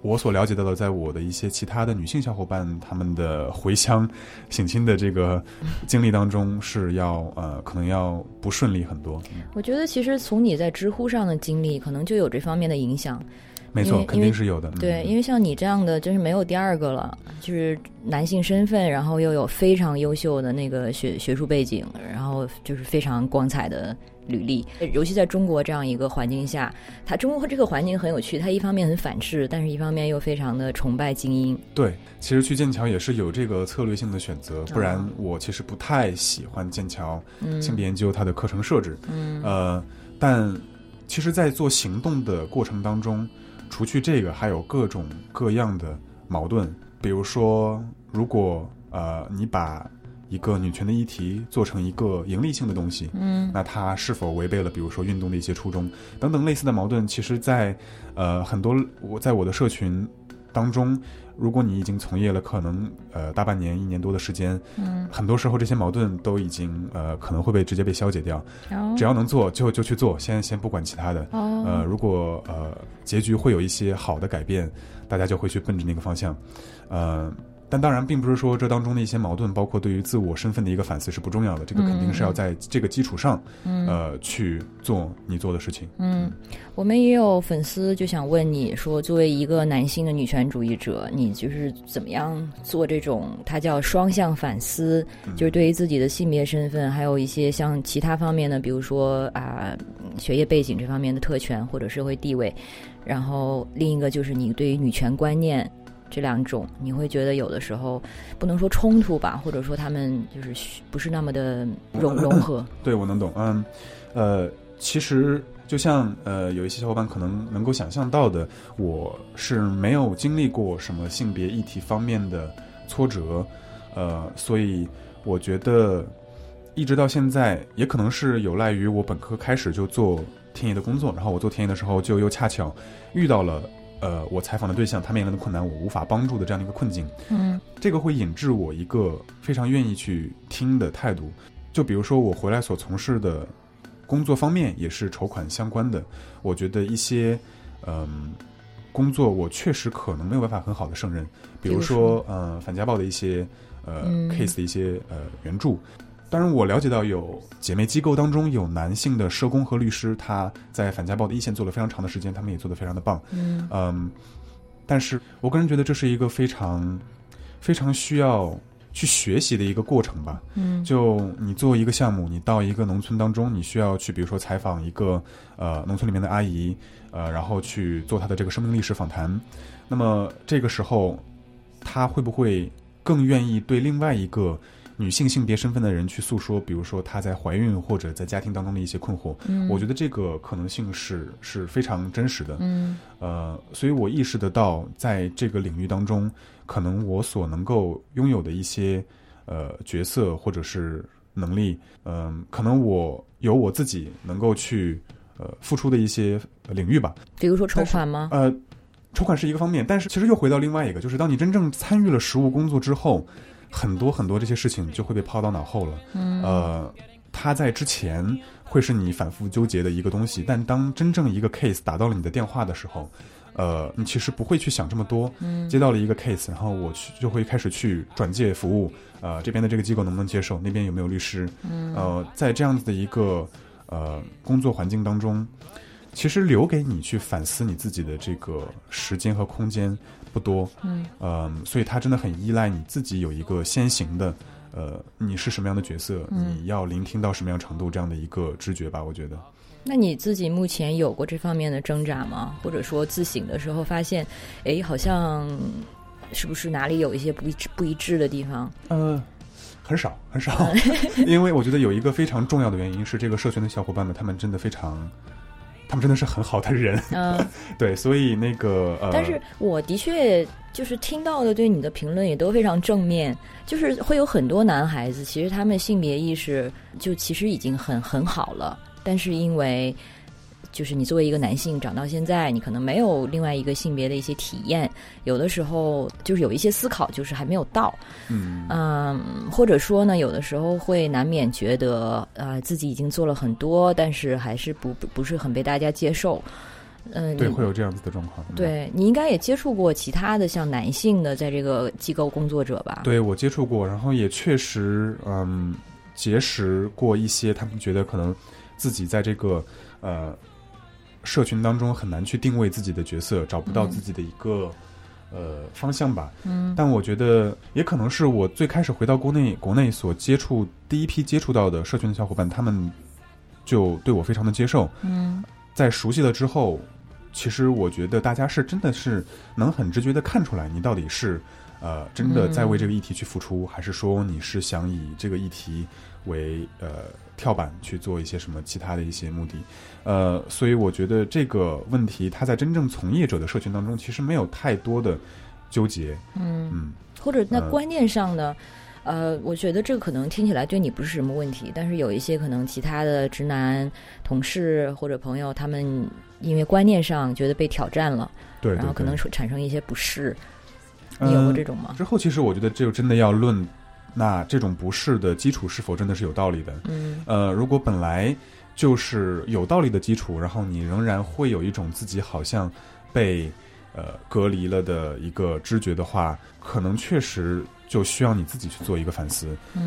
我所了解到的，在我的一些其他的女性小伙伴他们的回乡省亲的这个经历当中，是要可能要不顺利很多。 我觉得其实从你在知乎上的经历，可能就有这方面的影响。 没错，肯定是有的。 对，因为像你这样的真是没有第二个了，就是男性身份，然后又有非常优秀的那个学术背景，然后就是非常光彩的履历。尤其在中国这样一个环境下，中国这个环境很有趣，它一方面很反制，但是一方面又非常的崇拜精英。 对，其实去剑桥也是有这个策略性的选择，不然我其实不太喜欢剑桥性别研究它的课程设置。但其实在做行动的过程当中，除去这个还有各种各样的矛盾，比如说如果你把一个女权的议题做成一个盈利性的东西，那它是否违背了比如说运动的一些初衷等等类似的矛盾，其实在很多在我的社群当中，如果你已经从业了可能大半年1年多的时间，很多时候这些矛盾都已经可能会直接被消解掉。只要能做就去做，先不管其他的。如果结局会有一些好的改变，大家就会去奔着那个方向。但当然并不是说这当中的一些矛盾包括对于自我身份的一个反思是不重要的，这个肯定是要在这个基础上去做你做的事情。 我们也有粉丝就想问你说，作为一个男性的女权主义者，你就是怎么样做这种它叫双向反思，就是对于自己的性别身份还有一些像其他方面的，比如说学业背景这方面的特权或者社会地位，然后另一个就是你对于女权观念这两种，你会觉得有的时候不能说冲突吧，或者说他们就是不是那么的融合。对， 我能懂。其实就像有一些小伙伴可能能够想象到的，我是没有经历过什么性别议题方面的挫折，所以我觉得一直到现在，也可能是有赖于我本科开始就做田野的工作，然后我做田野的时候就又恰巧遇到了我采访的对象他面临的困难我无法帮助的这样的一个困境。这个会引致我一个非常愿意去听的态度。就比如说我回来所从事的工作方面也是筹款相关的，我觉得一些工作我确实可能没有办法很好的胜任，比如说反家暴的一些case 的一些援助。当然我了解到有姐妹机构当中有男性的社工和律师，他在反家暴的一线做了非常长的时间，他们也做得非常的棒。但是我个人觉得这是一个非常非常需要去学习的一个过程吧。就你做一个项目，你到一个农村当中，你需要去比如说采访一个农村里面的阿姨，然后去做她的这个生命历史访谈。那么这个时候她会不会更愿意对另外一个女性性别身份的人去诉说，比如说她在怀孕或者在家庭当中的一些困惑？我觉得这个可能性是非常真实的。所以我意识得到在这个领域当中可能我所能够拥有的一些角色或者是能力，可能我有我自己能够去付出的一些领域吧。 比如说筹款吗？ 筹款是一个方面，但是其实又回到另外一个，就是当你真正参与了实务工作之后，很多很多这些事情就会被抛到脑后了。它在之前会是你反复纠结的一个东西，但当真正一个 case 打到了你的电话的时候，你其实不会去想这么多。接到了一个 case， 然后我就会开始去转介服务，这边的这个机构能不能接受，那边有没有律师。在这样子的一个工作环境当中，其实留给你去反思你自己的这个时间和空间不多。所以它真的很依赖你自己有一个先行的你是什么样的角色，你要聆听到什么样程度这样的一个知觉吧，我觉得。 那你自己目前有过这方面的挣扎吗？或者说自省的时候发现好像是不是哪里有一些不一致的地方？ 很少很少。因为我觉得有一个非常重要的原因是这个社群的小伙伴们他们真的是很好的人。对，所以那个但是我的确就是听到的对你的评论也都非常正面，就是会有很多男孩子其实他们性别意识就其实已经很好了，但是因为就是你作为一个男性长到现在，你可能没有另外一个性别的一些体验，有的时候就是有一些思考就是还没有到。或者说呢有的时候会难免觉得自己已经做了很多，但是还是不是很被大家接受。 对，会有这样子的状况。 对，你应该也接触过其他的像男性的在这个机构工作者吧？ 对，我接触过，然后也确实结识过一些他们觉得可能自己在这个社群当中很难去定位自己的角色，找不到自己的一个方向吧。但我觉得也可能是我最开始回到国内所第一批接触到的社群的小伙伴，他们就对我非常的接受。在熟悉了之后，其实我觉得大家是真的是能很直觉的看出来你到底是真的在为这个议题去付出，还是说你是想以这个议题为跳板去做一些什么其他的一些目的。所以我觉得这个问题它在真正从业者的社群当中其实没有太多的纠结。 或者那观念上呢，我觉得这个可能听起来对你不是什么问题，但是有一些可能其他的直男同事或者朋友，他们因为观念上觉得被挑战了， 对， 然后可能产生一些不适。你有过这种吗？ 之后其实我觉得这就真的要论那这种不适的基础是否真的是有道理的。如果本来就是有道理的基础，然后你仍然会有一种自己好像被隔离了的一个知觉的话，可能确实就需要你自己去做一个反思。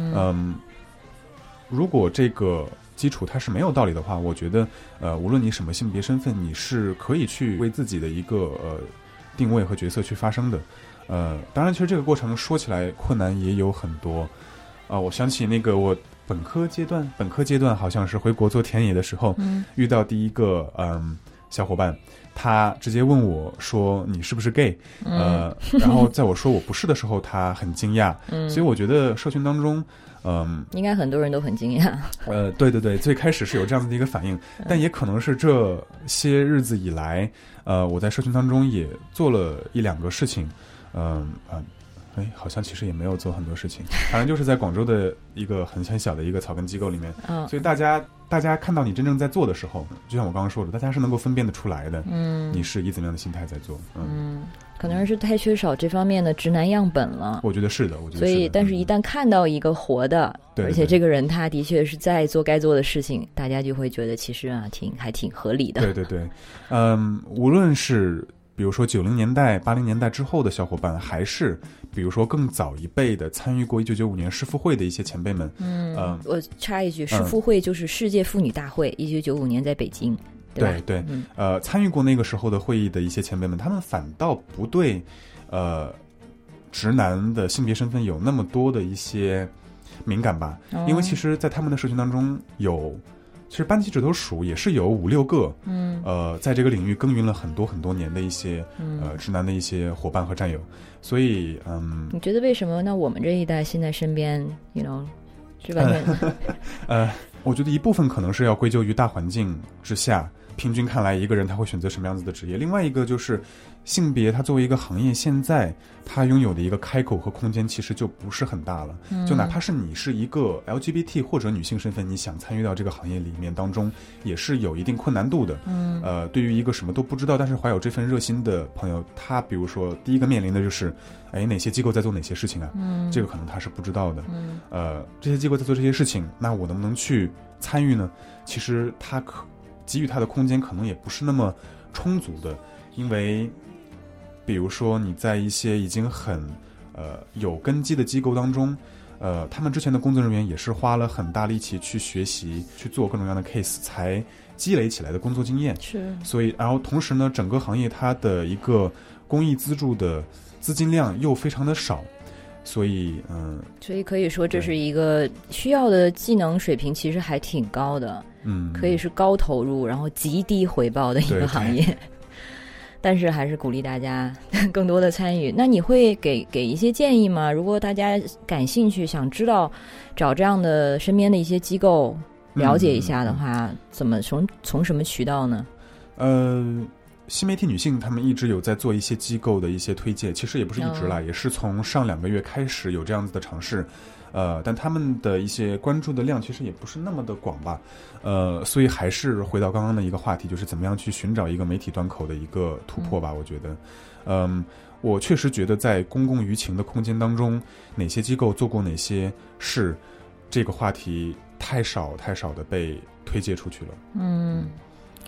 如果这个基础它是没有道理的话，我觉得无论你什么性别身份，你是可以去为自己的一个定位和角色去发声的。当然其实这个过程说起来困难也有很多。我想起那个我本科阶段好像是回国做田野的时候，遇到第一个小伙伴，他直接问我说你是不是 gay。然后在我说我不是的时候，他很惊讶。所以我觉得社群当中应该很多人都很惊讶。 对，最开始是有这样的一个反应，但也可能是这些日子以来我在社群当中也做了一两个事情。好像其实也没有做很多事情，反正就是在广州的一个很小的一个草根机构里面。所以大家看到你真正在做的时候，就像我刚刚说的，大家是能够分辨得出来的。你是以怎么样的心态在做。 可能是太缺少这方面的直男样本了。 我觉得是的。 所以但是一旦看到一个活的，而且这个人他的确是在做该做的事情，大家就会觉得其实还挺合理的。 对。无论是比如说90年代80年代之后的小伙伴，还是比如说更早一辈的参与过1995年世妇会的一些前辈们。 我插一句，世妇会就是世界妇女大会，1995年在北京。 对，参与过那个时候的会议的一些前辈们，他们反倒不对直男的性别身份有那么多的一些敏感吧。因为其实在他们的社群当中其实班级指头数也是有5-6个，在这个领域耕耘了很多很多年的一些直男的一些伙伴和战友。所以你觉得为什么呢？我们这一代现在身边是完全我觉得一部分可能是要归咎于大环境之下，平均看来一个人他会选择什么样子的职业。另外一个就是性别它作为一个行业，现在它拥有的一个开口和空间其实就不是很大了。就哪怕是你是一个 LGBT 或者女性身份，你想参与到这个行业里面当中也是有一定困难度的。对于一个什么都不知道但是怀有这份热心的朋友，他比如说第一个面临的就是哪些机构在做哪些事情啊？这个可能他是不知道的。这些机构在做这些事情，那我能不能去参与呢？其实他给予他的空间可能也不是那么充足的。因为比如说你在一些已经很有根基的机构当中，他们之前的工作人员也是花了很大力气去学习去做各种各样的 case 才积累起来的工作经验。 是， 所以然后同时呢，整个行业它的一个公益资助的资金量又非常的少，所以可以说这是一个需要的技能水平其实还挺高的。可以是高投入然后极低回报的一个行业。但是还是鼓励大家更多的参与。那你会给一些建议吗？如果大家感兴趣想知道找这样的身边的一些机构了解一下的话，怎么从什么渠道呢？ 新媒体女性他们一直有在做一些机构的一些推荐，其实也不是一直啦，也是从上2个月开始有这样子的尝试。但他们的一些关注的量其实也不是那么的广吧。所以还是回到刚刚的一个话题，就是怎么样去寻找一个媒体端口的一个突破吧。我觉得我确实觉得在公共舆情的空间当中，哪些机构做过哪些事，这个话题太少的被推介出去了。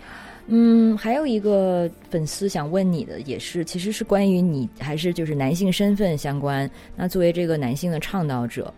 还有一个粉丝想问你的，也是其实是关于你还是就是男性身份相关。那作为这个男性的倡导者，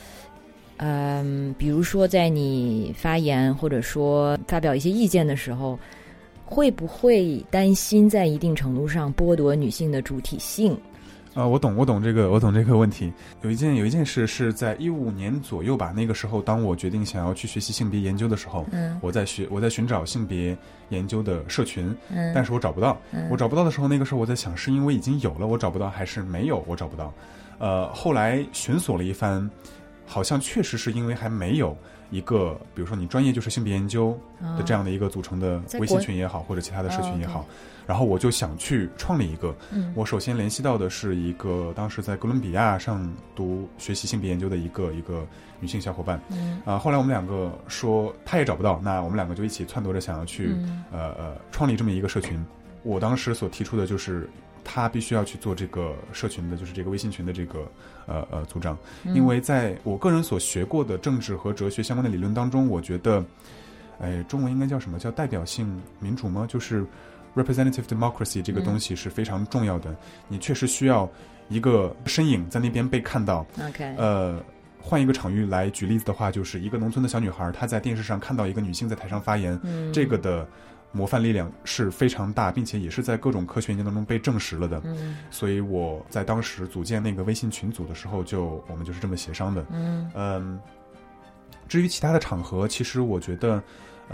比如说在你发言或者说发表一些意见的时候，会不会担心在一定程度上剥夺女性的主体性？ 我懂这个问题。有一件事是在15年左右吧，那个时候当我决定想要去学习性别研究的时候，我在寻找性别研究的社群，但是我找不到。我找不到的时候，那个时候我在想，是因为已经有了我找不到，还是没有我找不到？后来寻索了一番，好像确实是因为还没有一个，比如说你专业就是性别研究的这样的一个组成的微信群也好，或者其他的社群也好，然后我就想去创立一个。我首先联系到的是一个当时在哥伦比亚上学习性别研究的一个女性小伙伴。后来我们两个说他也找不到，那我们两个就一起撺掇着想要去创立这么一个社群。我当时所提出的就是他必须要去做这个社群的，就是这个微信群的这个组长，因为在我个人所学过的政治和哲学相关的理论当中，我觉得，中文应该叫什么？叫代表性民主吗？就是 representative democracy 这个东西是非常重要的。你确实需要一个身影在那边被看到。换一个场域来举例子的话，就是一个农村的小女孩，她在电视上看到一个女性在台上发言，这个的模范力量是非常大，并且也是在各种科学研究当中被证实了的。所以我在当时组建那个微信群组的时候，我们就是这么协商的。至于其他的场合，其实我觉得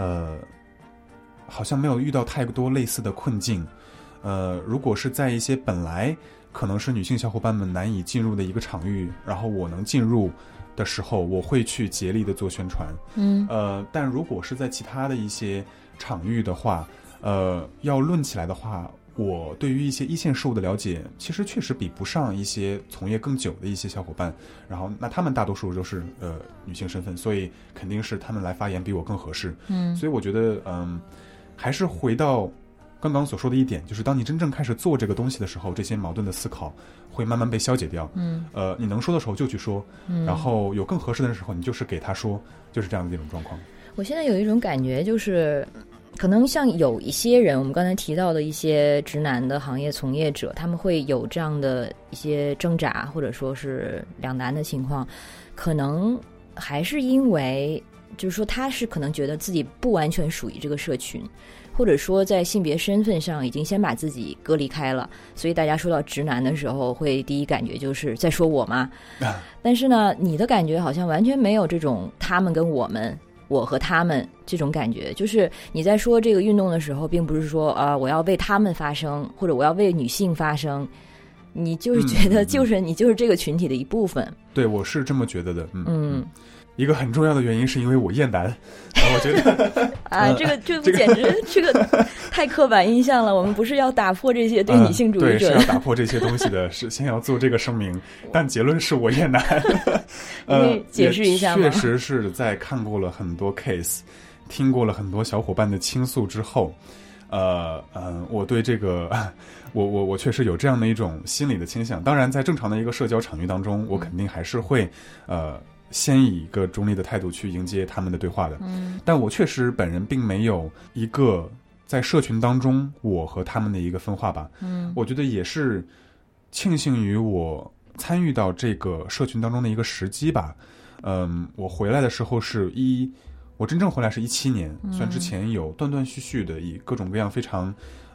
好像没有遇到太多类似的困境。如果是在一些本来可能是女性小伙伴们难以进入的一个场域，然后我能进入的时候，我会去竭力的做宣传。但如果是在其他的一些场域的话，要论起来的话，我对于一些一线事务的了解，其实确实比不上一些从业更久的一些小伙伴。然后，那他们大多数都是女性身份，所以肯定是他们来发言比我更合适。所以我觉得，还是回到刚刚所说的一点，就是当你真正开始做这个东西的时候，这些矛盾的思考会慢慢被消解掉。你能说的时候就去说，然后有更合适的时候，你就是给他说，就是这样的一种状况。 我现在有一种感觉，就是可能像有一些人，我们刚才提到的一些直男的行业从业者，他们会有这样的一些挣扎，或者说是两难的情况，可能还是因为就是说他是可能觉得自己不完全属于这个社群，或者说在性别身份上已经先把自己隔离开了，所以大家说到直男的时候会第一感觉就是在说我吗？但是呢，你的感觉好像完全没有这种他们跟我们，我和他们这种感觉，就是你在说这个运动的时候，并不是说我要为他们发声，或者我要为女性发声，你就是觉得就是你就是这个群体的一部分。 对，我是这么觉得的。一个很重要的原因是因为我厌男，我觉得这不简直这个太刻板印象了。我们不是要打破这些对女性主义者对，是要打破这些东西的，是先要做这个声明。但结论是我厌男。 你解释一下吗？ 确实是在看过了很多 case， 听过了很多小伙伴的倾诉之后，我对这个我确实有这样的一种心理的倾向。当然，在正常的一个社交场域当中，我肯定还是会先以一个中立的态度去迎接他们的对话的。但我确实本人并没有一个在社群当中我和他们的一个分化吧。我觉得也是庆幸于我参与到这个社群当中的一个时机吧。我回来的时候我真正回来是17年，虽然之前有断断续续的以各种各样非常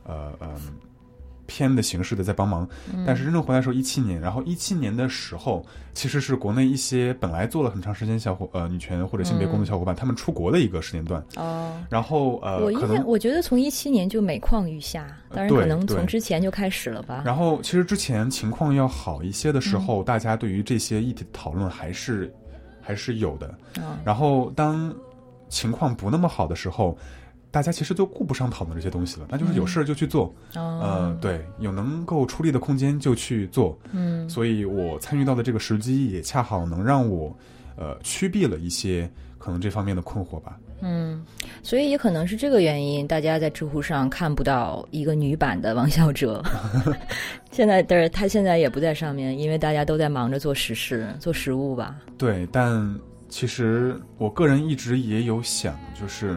偏的形式的在帮忙，但是真正回来的时候17年，然后17年的时候，其实是国内一些本来做了很长时间女权或者性别工作小伙伴，他们出国的一个时间段。然后我觉得从17年就每况愈下，当然可能从之前就开始了吧。 然后其实之前情况要好一些的时候，大家对于这些议题的讨论还是有的。然后当情况不那么好的时候，大家其实就顾不上讨论这些东西了，那就是有事就去做。对，有能够出力的空间就去做。所以我参与到的这个时机也恰好能让我驱避了一些可能这方面的困惑吧。 所以也可能是这个原因，大家在知乎上看不到一个女版的王小哲。但是他现在也不在上面，因为大家都在忙着做实事做实务吧。 对，但其实我个人一直也有想，就是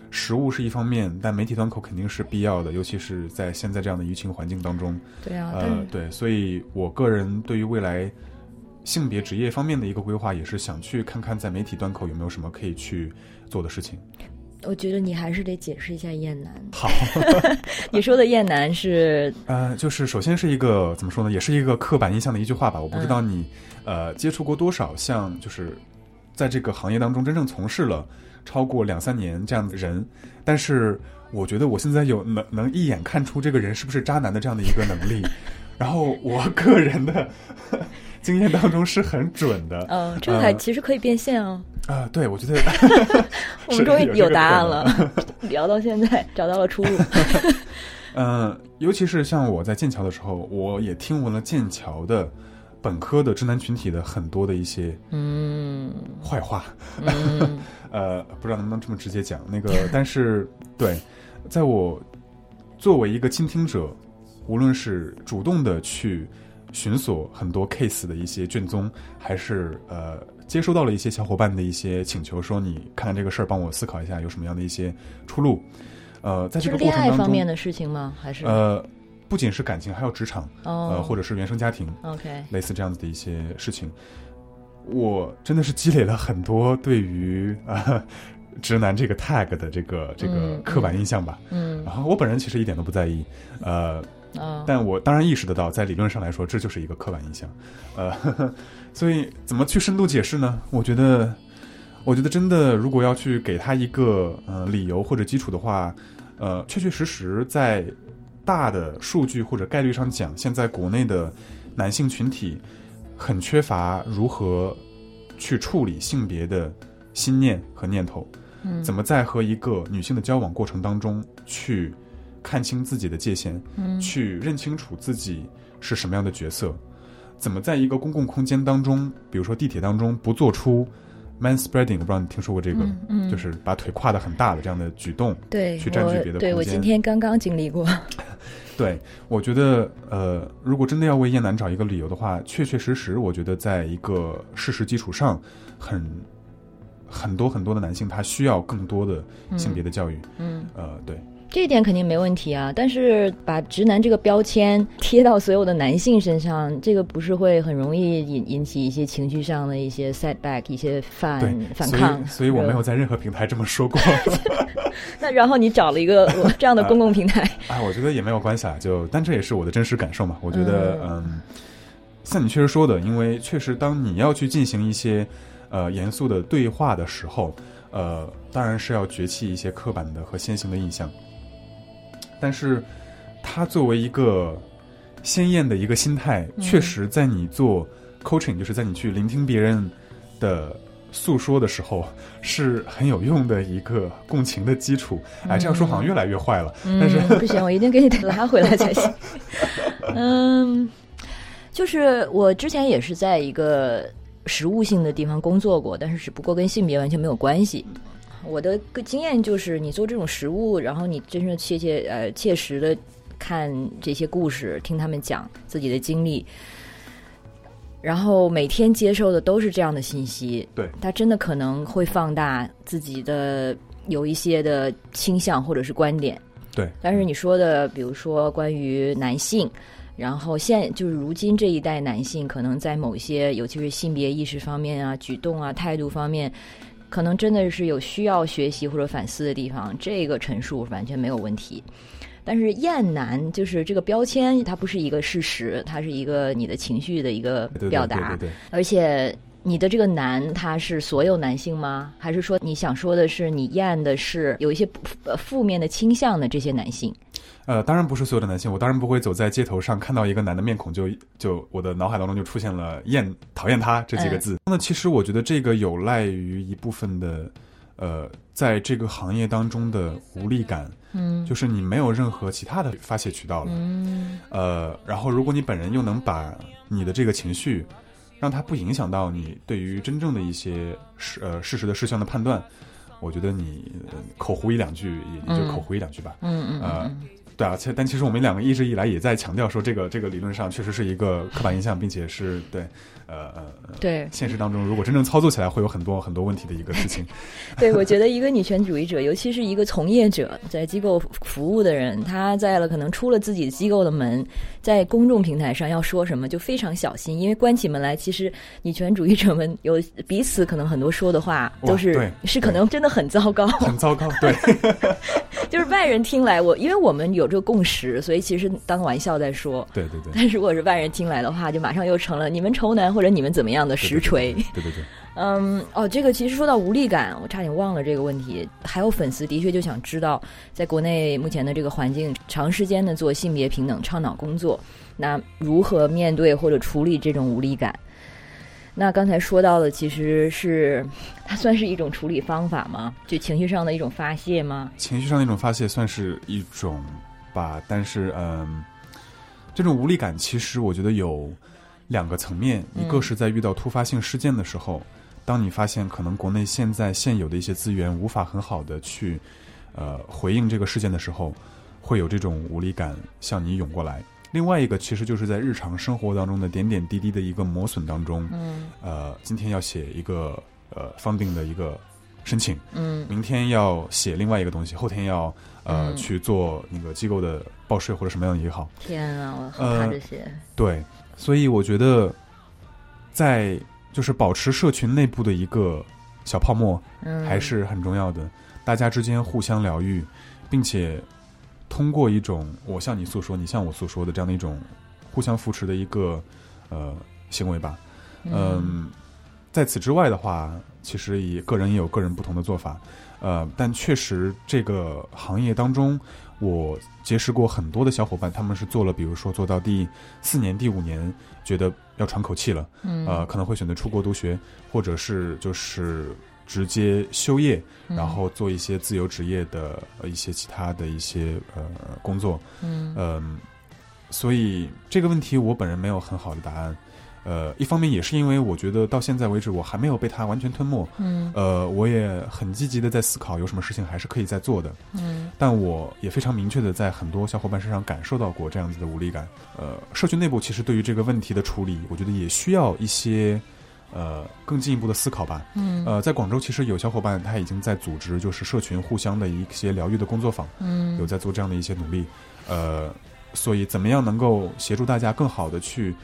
实务是一方面，但媒体端口肯定是必要的，尤其是在现在这样的舆情环境当中。 对啊， 对，所以我个人对于未来性别职业方面的一个规划，也是想去看看在媒体端口有没有什么可以去做的事情。 我觉得你还是得解释一下厌男。 好， 你说的厌男是就是首先是一个怎么说呢，也是一个刻板印象的一句话吧。我不知道你接触过多少像就是在这个行业当中真正从事了超过2-3年这样的人，但是我觉得我现在有能一眼看出这个人是不是渣男的这样的一个能力，然后我个人的经验当中是很准的。 这还其实可以变现哦。 对，我觉得我们终于有答案了，聊到现在找到了出路。 尤其是像我在剑桥的时候，我也听闻了剑桥的本科的直男群体的很多的一些坏话。不知道能不能这么直接讲那个，但是对，在我作为一个倾听者，无论是主动的去寻索很多 case 的一些卷宗，还是接收到了一些小伙伴的一些请求，说你看看这个事儿，帮我思考一下有什么样的一些出路。在这个过程当中，是恋爱方面的事情吗？还是不仅是感情，还有职场，或者是原生家庭 ，OK， 类似这样子的一些事情。我真的是积累了很多对于直男这个 tag 的这个刻板印象吧。然后我本人其实一点都不在意，但我当然意识得到，在理论上来说，这就是一个刻板印象。所以怎么去深度解释呢？我觉得真的，如果要去给他一个理由或者基础的话，确确实实在大的数据或者概率上讲，现在国内的男性群体很缺乏如何去处理性别的心念和念头，怎么在和一个女性的交往过程当中去看清自己的界限，去认清楚自己是什么样的角色，怎么在一个公共空间当中，比如说地铁当中，不做出 manspreading， 我不知道你听说过这个，就是把腿跨得很大的这样的举动， 对， 去占据别的空间。 对，我今天刚刚经历过。 对，我觉得如果真的要为厌男找一个理由的话，确确实实我觉得在一个事实基础上，很多的男性他需要更多的性别的教育。对， 这一点肯定没问题啊，但是把直男这个标签贴到所有的男性身上，这个不是会很容易引起一些情绪上的一些 setback， 一些反抗。 所以我没有在任何平台这么说过。 那然后你找了一个这样的公共平台， 我觉得也没有关系啊，但这也是我的真实感受嘛。我觉得像你确实说的，因为确实当你要去进行一些严肃的对话的时候，当然是要崛起一些刻板的和先行的印象，但是它作为一个鲜艳的一个心态，确实在你做 coaching， 就是在你去聆听别人的诉说的时候是很有用的一个共情的基础。这样说好像越来越坏了，但是不行，我一定给你拉回来才行。就是我之前也是在一个实务性的地方工作过，但是只不过跟性别完全没有关系。我的个经验就是，你做这种实务，然后你真正切实的看这些故事，听他们讲自己的经历，然后每天接受的都是这样的信息， 对， 他真的可能会放大自己的有一些的倾向或者是观点， 对。 但是你说的，比如说关于男性，然后就是如今这一代男性，可能在某些尤其是性别意识方面啊、举动啊、态度方面，可能真的是有需要学习或者反思的地方，这个陈述完全没有问题。但是厌男就是这个标签，它不是一个事实，它是一个你的情绪的一个表达。 对， 而且你的这个男，他是所有男性吗？还是说你想说的是你厌的是有一些负面的倾向的这些男性？ 当然不是所有的男性，我当然不会走在街头上看到一个男的面孔就我的脑海当中就出现了讨厌他这几个字。那其实我觉得这个有赖于一部分的在这个行业当中的无力感，就是你没有任何其他的发泄渠道了，然后如果你本人又能把你的这个情绪让它不影响到你对于真正的一些事实的事项的判断，我觉得你口胡一两句也就口胡一两句吧。 对啊，但其实我们两个一直以来也在强调说，这个理论上确实是一个刻板印象，并且是对对现实当中如果真正操作起来会有很多很多问题的一个事情。 对，我觉得一个女权主义者，尤其是一个从业者，在机构服务的人，他可能出了自己机构的门，在公众平台上要说什么就非常小心，因为关起门来，其实女权主义者们有彼此可能很多说的话都是可能真的很糟糕， 很糟糕，对。 就是外人听来，因为我们有这个共识，所以其实当玩笑在说。 对对对。 但如果是外人听来的话，就马上又成了你们仇男或者你们怎么样的实锤。 对对对。 这个其实说到无力感，我差点忘了这个问题。还有粉丝的确就想知道，在国内目前的这个环境，长时间的做性别平等倡导工作，那如何面对或者处理这种无力感？那刚才说到的其实是它算是一种处理方法吗？就情绪上的一种发泄吗？ 情绪上的一种发泄算是一种吧，但是这种无力感其实我觉得有2个层面，一个是在遇到突发性事件的时候，当你发现可能国内现有的一些资源无法很好的去回应这个事件的时候，会有这种无力感向你涌过来。另外一个其实就是在日常生活当中的点点滴滴的一个磨损当中，今天要写一个funding 的一个申请，明天要写另外一个东西，后天要去做那个机构的报税或者什么样的也好。 天啊，我很怕这些。 对，所以我觉得在就是保持社群内部的一个小泡沫还是很重要的，大家之间互相疗愈，并且通过一种我向你诉说你向我诉说的这样的一种互相扶持的一个行为吧。在此之外的话，其实个人也有个人不同的做法，但确实这个行业当中我结识过很多的小伙伴，他们是比如说做到第4年第5年觉得要喘口气了，可能会选择出国读学，或者是就是直接休业，然后做一些自由职业的一些其他的一些工作。所以这个问题我本人没有很好的答案。一方面也是因为我觉得到现在为止我还没有被它完全吞没，我也很积极的在思考有什么事情还是可以再做的，但我也非常明确的在很多小伙伴身上感受到过这样子的无力感。社群内部其实对于这个问题的处理，我觉得也需要一些更进一步的思考吧。在广州其实有小伙伴他已经在组织就是社群互相的一些疗愈的工作坊，有在做这样的一些努力。所以怎么样能够协助大家更好的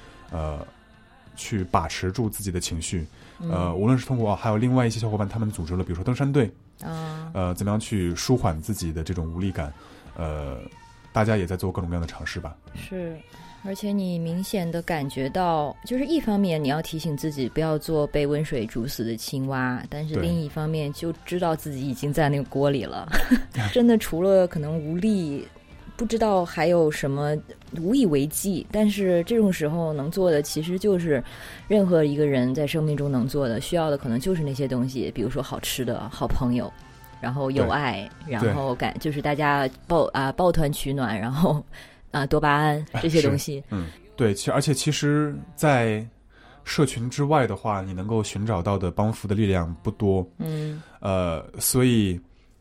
去把持住自己的情绪，无论是通过还有另外一些小伙伴他们组织了比如说登山队，怎么样去舒缓自己的这种无力感，大家也在做各种各样的尝试吧。 是，而且你明显的感觉到，就是一方面你要提醒自己不要做被温水煮死的青蛙，但是另一方面就知道自己已经在那个锅里了。真的除了可能无力，不知道还有什么无以为继，但是这种时候能做的其实就是任何一个人在生命中能做的，需要的可能就是那些东西，比如说好吃的、好朋友，然后有爱，然后就是大家抱团取暖，然后多巴胺这些东西。 对，而且其实在社群之外的话，你能够寻找到的帮扶的力量不多，所以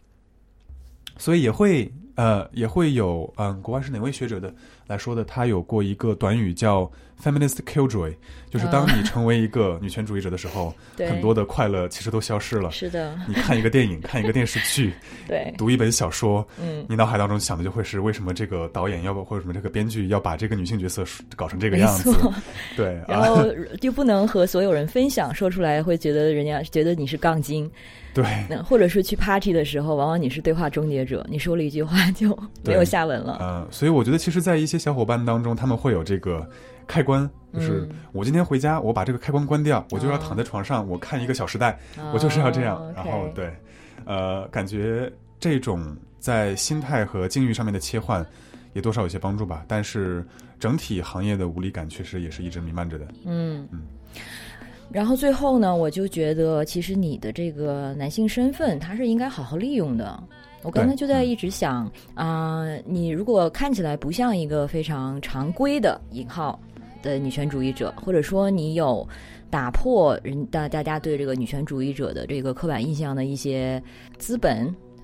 也会有国外是哪位学者的来说的，他有过一个短语叫 feminist killjoy， 就是当你成为一个女权主义者的时候，很多的快乐其实都消失了。 是的， 你看一个电影，看一个电视剧， 对， 读一本小说，你脑海当中想的就会是为什么这个导演或者什么这个编剧要把这个女性角色搞成这个样子。对， 然后就不能和所有人分享，说出来会觉得人家觉得你是杠精。 对， 或者是去 party 的时候，往往你是对话终结者，你说了一句话就没有下文了。 所以我觉得其实在一些小伙伴当中，他们会有这个开关，就是我今天回家，我把这个开关关掉，我就要躺在床上，我看1个小时代，我就是要这样。然后对，感觉这种在心态和境遇上面的切换也多少有些帮助吧，但是整体行业的无力感确实也是一直弥漫着的。 然后最后呢，我就觉得其实你的这个男性身份它是应该好好利用的。我刚才就在一直想你如果看起来不像一个非常常规的引号的女权主义者，或者说你有打破大家对这个女权主义者的这个刻板印象的一些资本，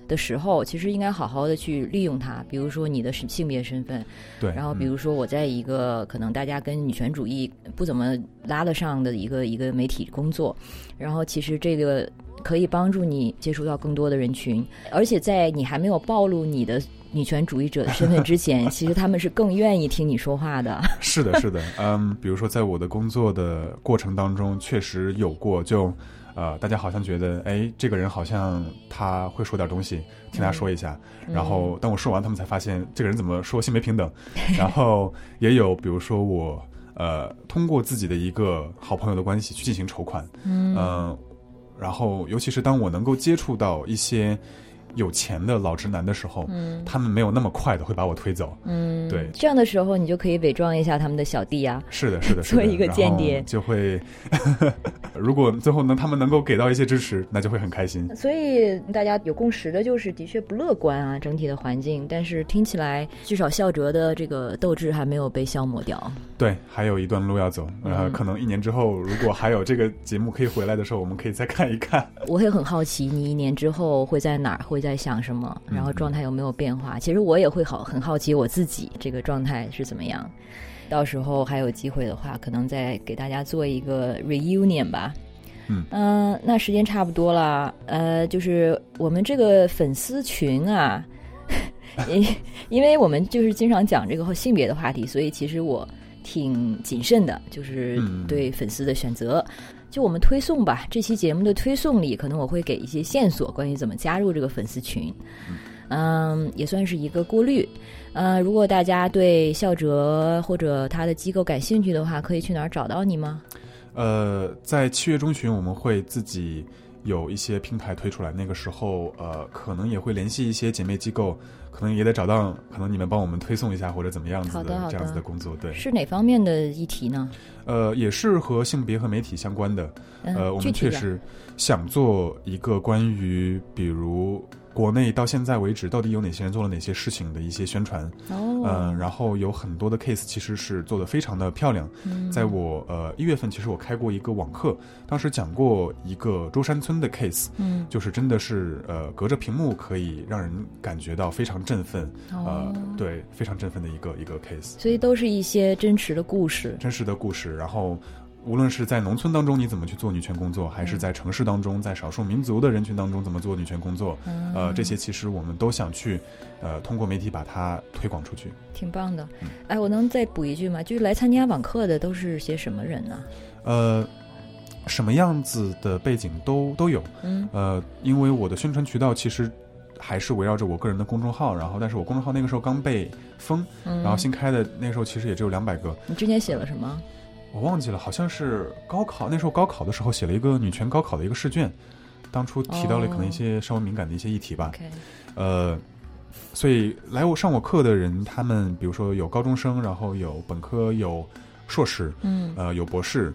的时候，其实应该好好的去利用它。比如说你的性别身份， 对， 然后比如说我在一个可能大家跟女权主义不怎么拉得上的一个媒体工作，然后其实这个可以帮助你接触到更多的人群，而且在你还没有暴露你的女权主义者的身份之前其实他们是更愿意听你说话的。是的是的比如说在我的工作的过程当中确实有过，就大家好像觉得这个人好像他会说点东西，听他说一下，然后当我说完他们才发现这个人怎么说性别平等然后也有比如说我通过自己的一个好朋友的关系去进行筹款，然后尤其是当我能够接触到一些有钱的老直男的时候，他们没有那么快的会把我推走，对， 这样的时候你就可以伪装一下他们的小弟啊， 是的做一个间谍， 就会如果最后他们能够给到一些支持，那就会很开心。 所以大家有共识的就是的确不乐观啊，整体的环境，但是听起来至少笑哲的这个斗志还没有被消磨掉。 对，还有一段路要走，可能1年之后如果还有这个节目可以回来的时候，我们可以再看一看。 我会很好奇你1年之后会在哪儿，会在想什么，然后状态有没有变化，其实我也会很好奇我自己这个状态是怎么样，到时候还有机会的话可能再给大家做一个 reunion 吧。那时间差不多了，就是我们这个粉丝群啊因为我们就是经常讲这个性别的话题，所以其实我挺谨慎的，就是对粉丝的选择，就我们推送吧，这期节目的推送里可能我会给一些线索关于怎么加入这个粉丝群，也算是一个过滤。如果大家对笑哲或者他的机构感兴趣的话，可以去哪儿找到你吗？ 在7月中旬我们会自己有一些平台推出来，那个时候可能也会联系一些姐妹机构，可能也得找到可能你们帮我们推送一下或者怎么样子的这样子的工作。对， 是哪方面的议题呢？ 也是和性别和媒体相关的。我们确实想做一个关于比如国内到现在为止到底有哪些人做了哪些事情的一些宣传。然后有很多的 case 其实是做得非常的漂亮。在我1月份其实我开过一个网课，当时讲过一个舟山村的 case，就是真的是隔着屏幕可以让人感觉到非常振奋，对，非常振奋的一个 case。 所以都是一些真实的故事， 然后无论是在农村当中你怎么去做女权工作，还是在城市当中，在少数民族的人群当中怎么做女权工作，这些其实我们都想去通过媒体把它推广出去。 挺棒的。我能再补一句吗？就是来参加网课的都是些什么人呢？ 什么样子的背景都有。因为我的宣传渠道其实还是围绕着我个人的公众号，然后但是我公众号那个时候刚被封，然后新开的那个时候其实也只有200个。 你之前写了什么？ 我忘记了，好像是高考，那时候高考的时候写了一个女权高考的一个试卷，当初提到了可能一些稍微敏感的一些议题吧。所以来上我课的人，他们比如说有高中生，然后有本科，有硕士，有博士，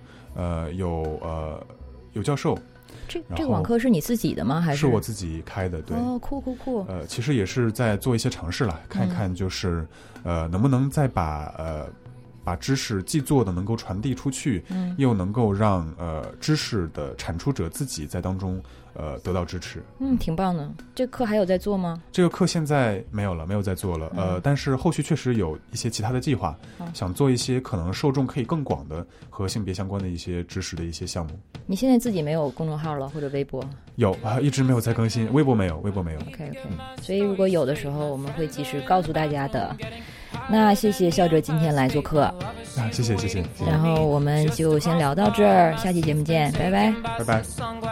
有教授。 这个网课是你自己的吗？还是我自己开的？对。 酷。 其实也是在做一些尝试啦，看一看就是能不能再把知识既做的能够传递出去，又能够让知识的产出者自己在当中得到支持。 挺棒的。这课还有在做吗？ 这个课现在没有在做了。但是后续确实有一些其他的计划，想做一些可能受众可以更广的和性别相关的一些知识的一些项目。 你现在自己没有公众号了或者微博？ 有一直没有在更新，微博没有。 OK，所以如果有的时候我们会及时告诉大家的。那谢谢笑哲今天来做客。 谢谢。 然后我们就先聊到这儿，下期节目见，拜拜。 拜拜。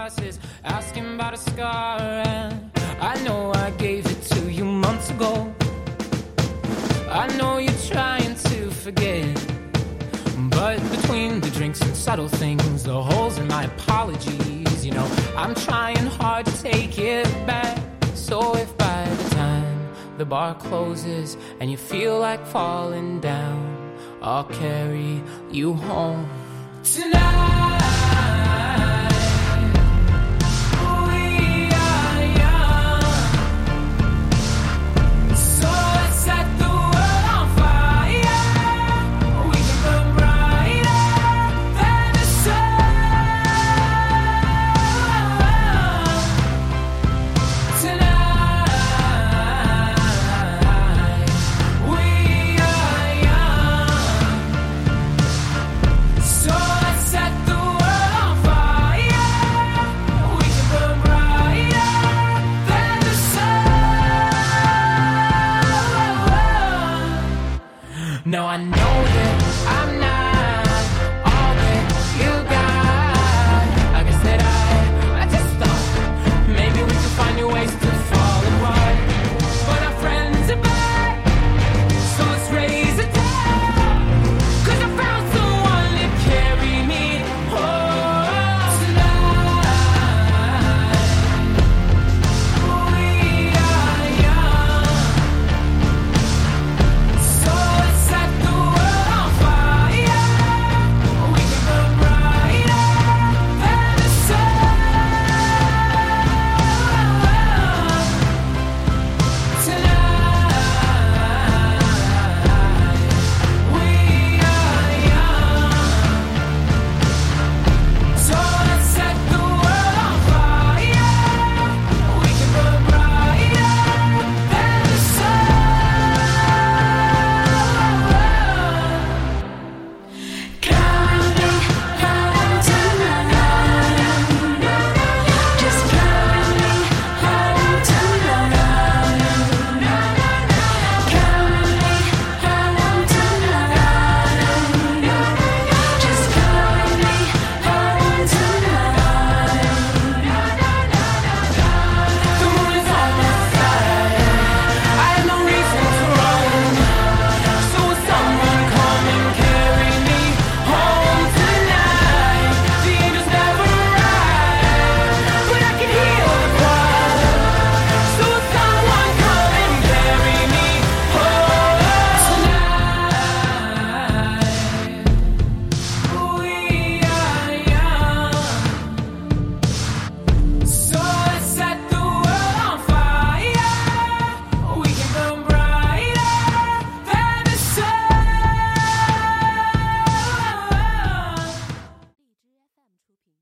I know I gave it to you months ago. I know you're trying to forget, but between the drinks and subtle things, the holes in my apologies, you know, I'm trying hard to take it back. So if by the time the bar closes and you feel like falling down, I'll carry you home tonight. Tonight No, I know that I'm not